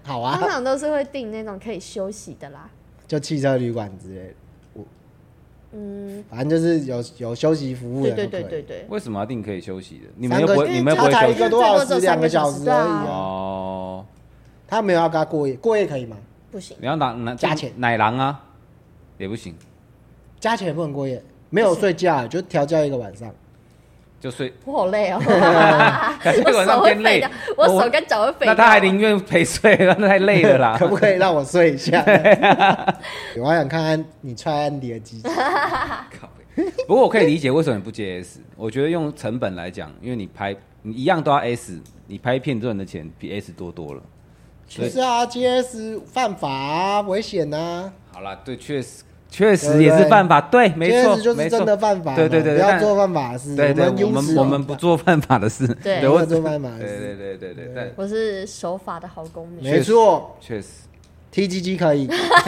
好啊， 通常都是会订那种可以休息的啦， 就汽车旅馆之类的。嗯，反正就是有有休息服务的。 对对对对对。 为什么要订可以休息的？你们又不会，你们又不会休息？ 他才一个多小时、两个小时而已。 哦。 他没有要跟他过夜，过夜可以吗？ 不行。 你要拿拿加钱， 奶狼啊，也不行。 加钱也不能过夜，没有睡觉，就调教一个晚上。 就睡， 我好累哦， 我晚上偏累， 我手跟脚会废。 那他还宁愿陪睡，那太累了啦。 可不可以让我睡一下？我还想看看你踹安迪的机器。 不过我可以理解为什么你不接 S。我觉得用成本来讲，因为你拍你一样都要 S， 你拍片赚的钱比 S 多多了。 不是啊，接 S 犯法啊，危险啊。 好啦，对，确实。确实也是犯法，对，没错， 就是真的犯法， 对对对， 不要做犯法的事。 对对，我们我们不做犯法的事， 对， 不要做犯法的事。对对对对对， 我是守法的好公民。 没错， 确实 ，T G G 可以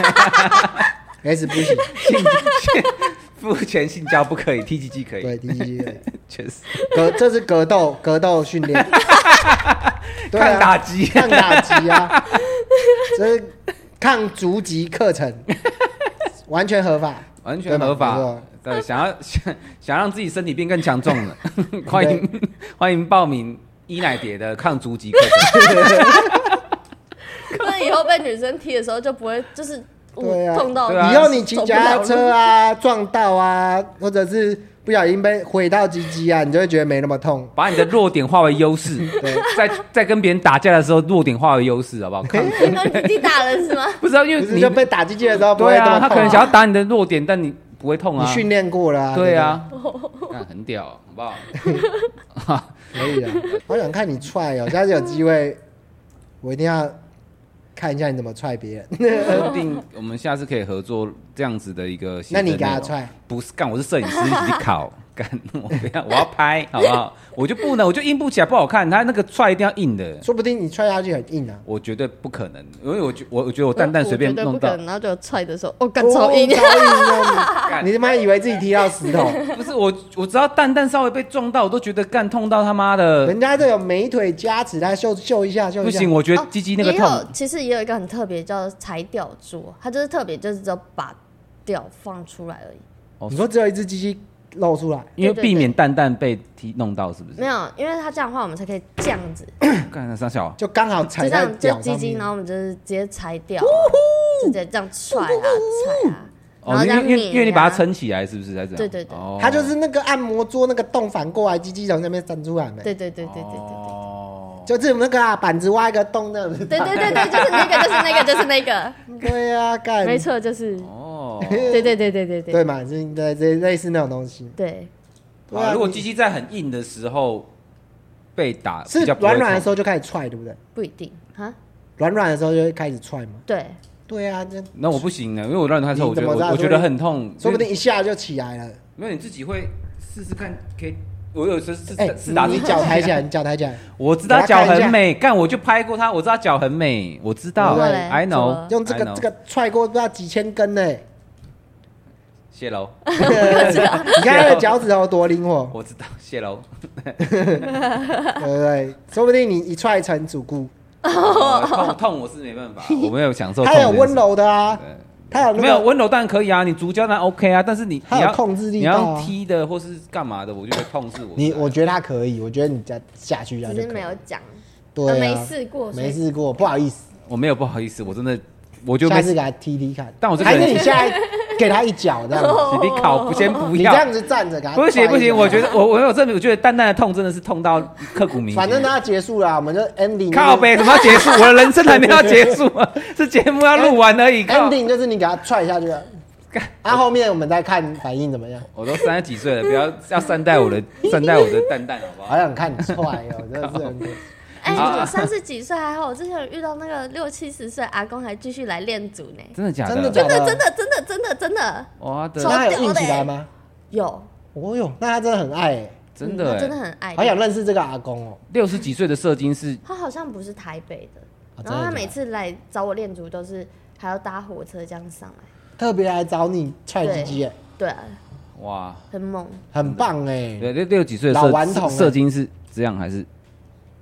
，S 不行， 付钱性交不可以 ，T G G 可以， 对 ，T G G 可以， 确实， 格这是格斗格斗训练， 抗打击， 抗打击啊，这是抗逐级课程。完全合法， 完全合法。对，想要想想让自己身体变更强壮的，欢迎欢迎报名伊奶蝶的抗逐级课程。 那以后被女生踢的时候就不会就是对啊痛到， 以后你骑脚踏车啊撞到啊，或者是不小心被挥到鸡鸡啊，你就会觉得没那么痛。 把你的弱点化为优势，对，在在跟别人打架的时候，弱点化为优势，好不好？ 你打人是吗？ 不知道，因为你就被打鸡鸡的时候不会对啊， 那么痛啊， 他可能想要打你的弱点，但你不会痛啊， 你训练过了啊。 对啊，看很屌，好不好？ 可以啊，好想看你踹哦，下次有机会，我一定要看一下你怎么踹别人。 说不定我们下次可以合作这样子的一个。 那你给他踹？ 不是干，我是摄影师，你考。干，我不要，我要拍，好不好？我就不能，我就硬不起来，不好看。他那个踹一定要硬的， 说不定你踹下去很硬啊。 我绝对不可能，因为我觉我我觉得我蛋蛋随便弄到， 然后就踹的时候，哦，干超硬， 超硬啊！你他妈以为自己踢到石头？ 不是我，我只要蛋蛋稍微被撞到，我都觉得干痛到他妈的。 人家这有美腿加持，他秀秀一下，秀一下。 不行，我觉得鸡鸡那个痛。 哦、其实也有一个很特别，叫裁吊桌，它就是特别，就是只有把吊放出来而已。 哦， 你说只有一只鸡鸡露出来， 因为避免蛋蛋被踢弄到，是不是？ 没有，因为它这样的话，我们才可以这样子。 干那三小， 就刚好踩在脚上面，就鸡鸡，然后我们就是直接裁掉，直接这样踹啊踩啊。 哦，因为因为你把它撑起来，是不是？还是对对对， 哦、 它就是那个按摩桌那个洞反过来，鸡鸡从那边伸出来没？ 对对对对对对对。 哦， 就是那个啊，板子挖一个洞那样子。 对对对对，就是那个，就是那个，就是那个。 对啊，干。 没错，就是。 哦。 对对对对对对。 对嘛，是对对类似那种东西。 对。 啊，如果鸡鸡在很硬的时候被打， 是软软的时候就开始踹，对不对？ 不一定哈。 软软的时候就会开始踹吗？ 对。 对啊， 那我不行呢，因为我软软的时候，我觉得我我觉得很痛， 说不定一下就起来了。 没有，你自己会试试看，可以。我有时是哎， 是打你脚抬起来，你脚抬起来。 我知道脚很美，干我就拍过他，我知道脚很美，我知道 ，I know。 用这个这个踹过不知道几千根呢。 谢喽， 你看他的脚趾头多灵活。 我知道，谢喽。 对不对？说不定你一踹成主顾。 痛痛我是没办法，我没有享受。 他有温柔的啊，他有没有温柔当然可以啊，你足胶那 OK 啊，但是你他有控制力， 你要踢的或是干嘛的，我就会痛是我。 你我觉得他可以，我觉得你再下去下去。 只是没有讲， 对， 没试过， 没试过，不好意思。 我没有不好意思，我真的。我就下次给他踢踢看， 但我还是你现在给他一脚这样子， 你考先不要， 你这样子站着给他， 不行不行，我觉得我我有证明，我觉得淡淡的痛真的是痛到刻骨铭心。 反正都要结束了，我们就 ending。 靠北，什么要结束？我的人生还没有结束啊，是节目要录完而已。 ending 就是你给他踹下去了，啊，后面我们再看反应怎么样。 我都三十几岁了，不要要善待我的善待我的蛋蛋，好不好？ 好想看你踹哦，真的是很。 哎、欸，你三十几岁还好，我之前有遇到那个六七十岁阿公还继续来练组呢。 真的假的？ 真的真的真的真的真的真的。 哇的， 那他有硬起来吗？ 有。 哦哟，那他真的很爱哎， 真的、欸嗯，他真的很爱。 好想认识这个阿公哦。 六十几岁的社经是， 他好像不是台北的， 哦、 然后他每次来找我练组都是还要搭火车这样上来， 特别来找你踹鸡鸡哎。 对啊。 哇， 很猛， 很棒哎。 对，六六几岁的老顽童社经是这样还是？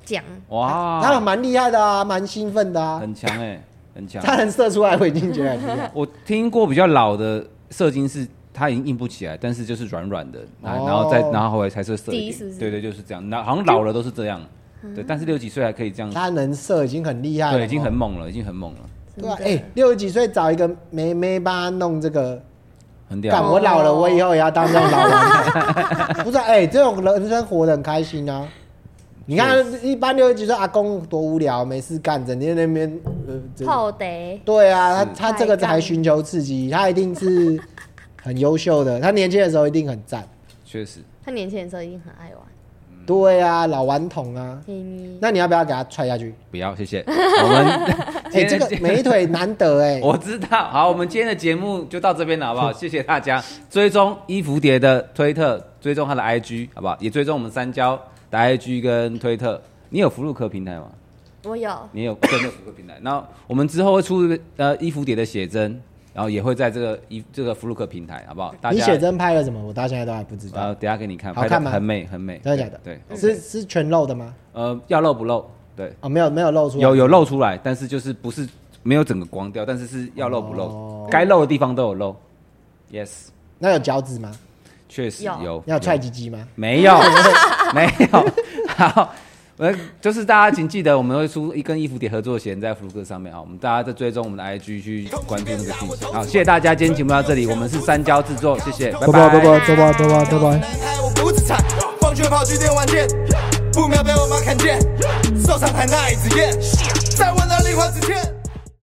奖。 哇， 他蛮厉害的啊，蛮兴奋的啊， 很强哎、欸，很强。 他能射出来，我已经觉得很厉害。 我听过比较老的射精是。它已经硬不起来，但是就是软软的，然后、哦、然后再然后后来才是射一点， 是是对对，就是这样。那好像老了都是这样，嗯、对。但是六十几岁还可以这样， 他能射已经很厉害了， 对，已经很猛了，已经很猛了。 对啊，哎、欸，六十几岁找一个妹妹帮他弄这个， 很屌。 我老了，我以后也要当这种老人。不是，哎、欸，这种人生活得很开心啊。你看，一般六十几岁阿公多无聊，没事干，整天在那边呃泡得。 对啊，他他这个还寻求刺激，他一定是。很优秀的，他年轻的时候一定很赞。 确实， 他年轻的时候一定很爱玩。 对啊，老顽童啊。那你要不要给他踹下去？ 不要，谢谢。我们哎、欸，这个美腿难得哎、欸。 我知道。好，我们今天的节目就到这边了，好不好？谢谢大家追踪伊芙蝶的推特，追踪他的 I G， 好不好？也追踪我们三交的 I G 跟推特。你有福禄科平台吗？ 我有。 你有真的福禄科平台？然后我们之后会出呃伊芙蝶的写真。然后也会在这个一这个福禄克平台，好不好？大家你写真拍了什么？我到现在都还不知道。 呃，等一下给你看， 好看吗？ 很美，很美， 真的假的？ 对， 是、okay. 是全露的吗？ 呃，要露不露？对， 哦，没有没有露出来， 有有露出来，但是就是不是没有整个光掉，但是是要露不露，该、哦、露的地方都有露。Yes， 那有脚趾吗？ 确实有。有要踹鸡鸡吗？ 没有，没有。好。呃，就是大家请记得，我们会出一跟伊芙蝶合作的写真在福禄克上面啊，我们大家在追踪我们的 I G 去关注那个讯息。好，谢谢大家，今天节目到这里，我们是三交制作，谢谢，拜拜， 拜拜，拜拜，拜拜，拜拜，拜拜。 放学跑去电玩店，不秒被我妈看见，手上弹那一支烟，在我的梨花之前。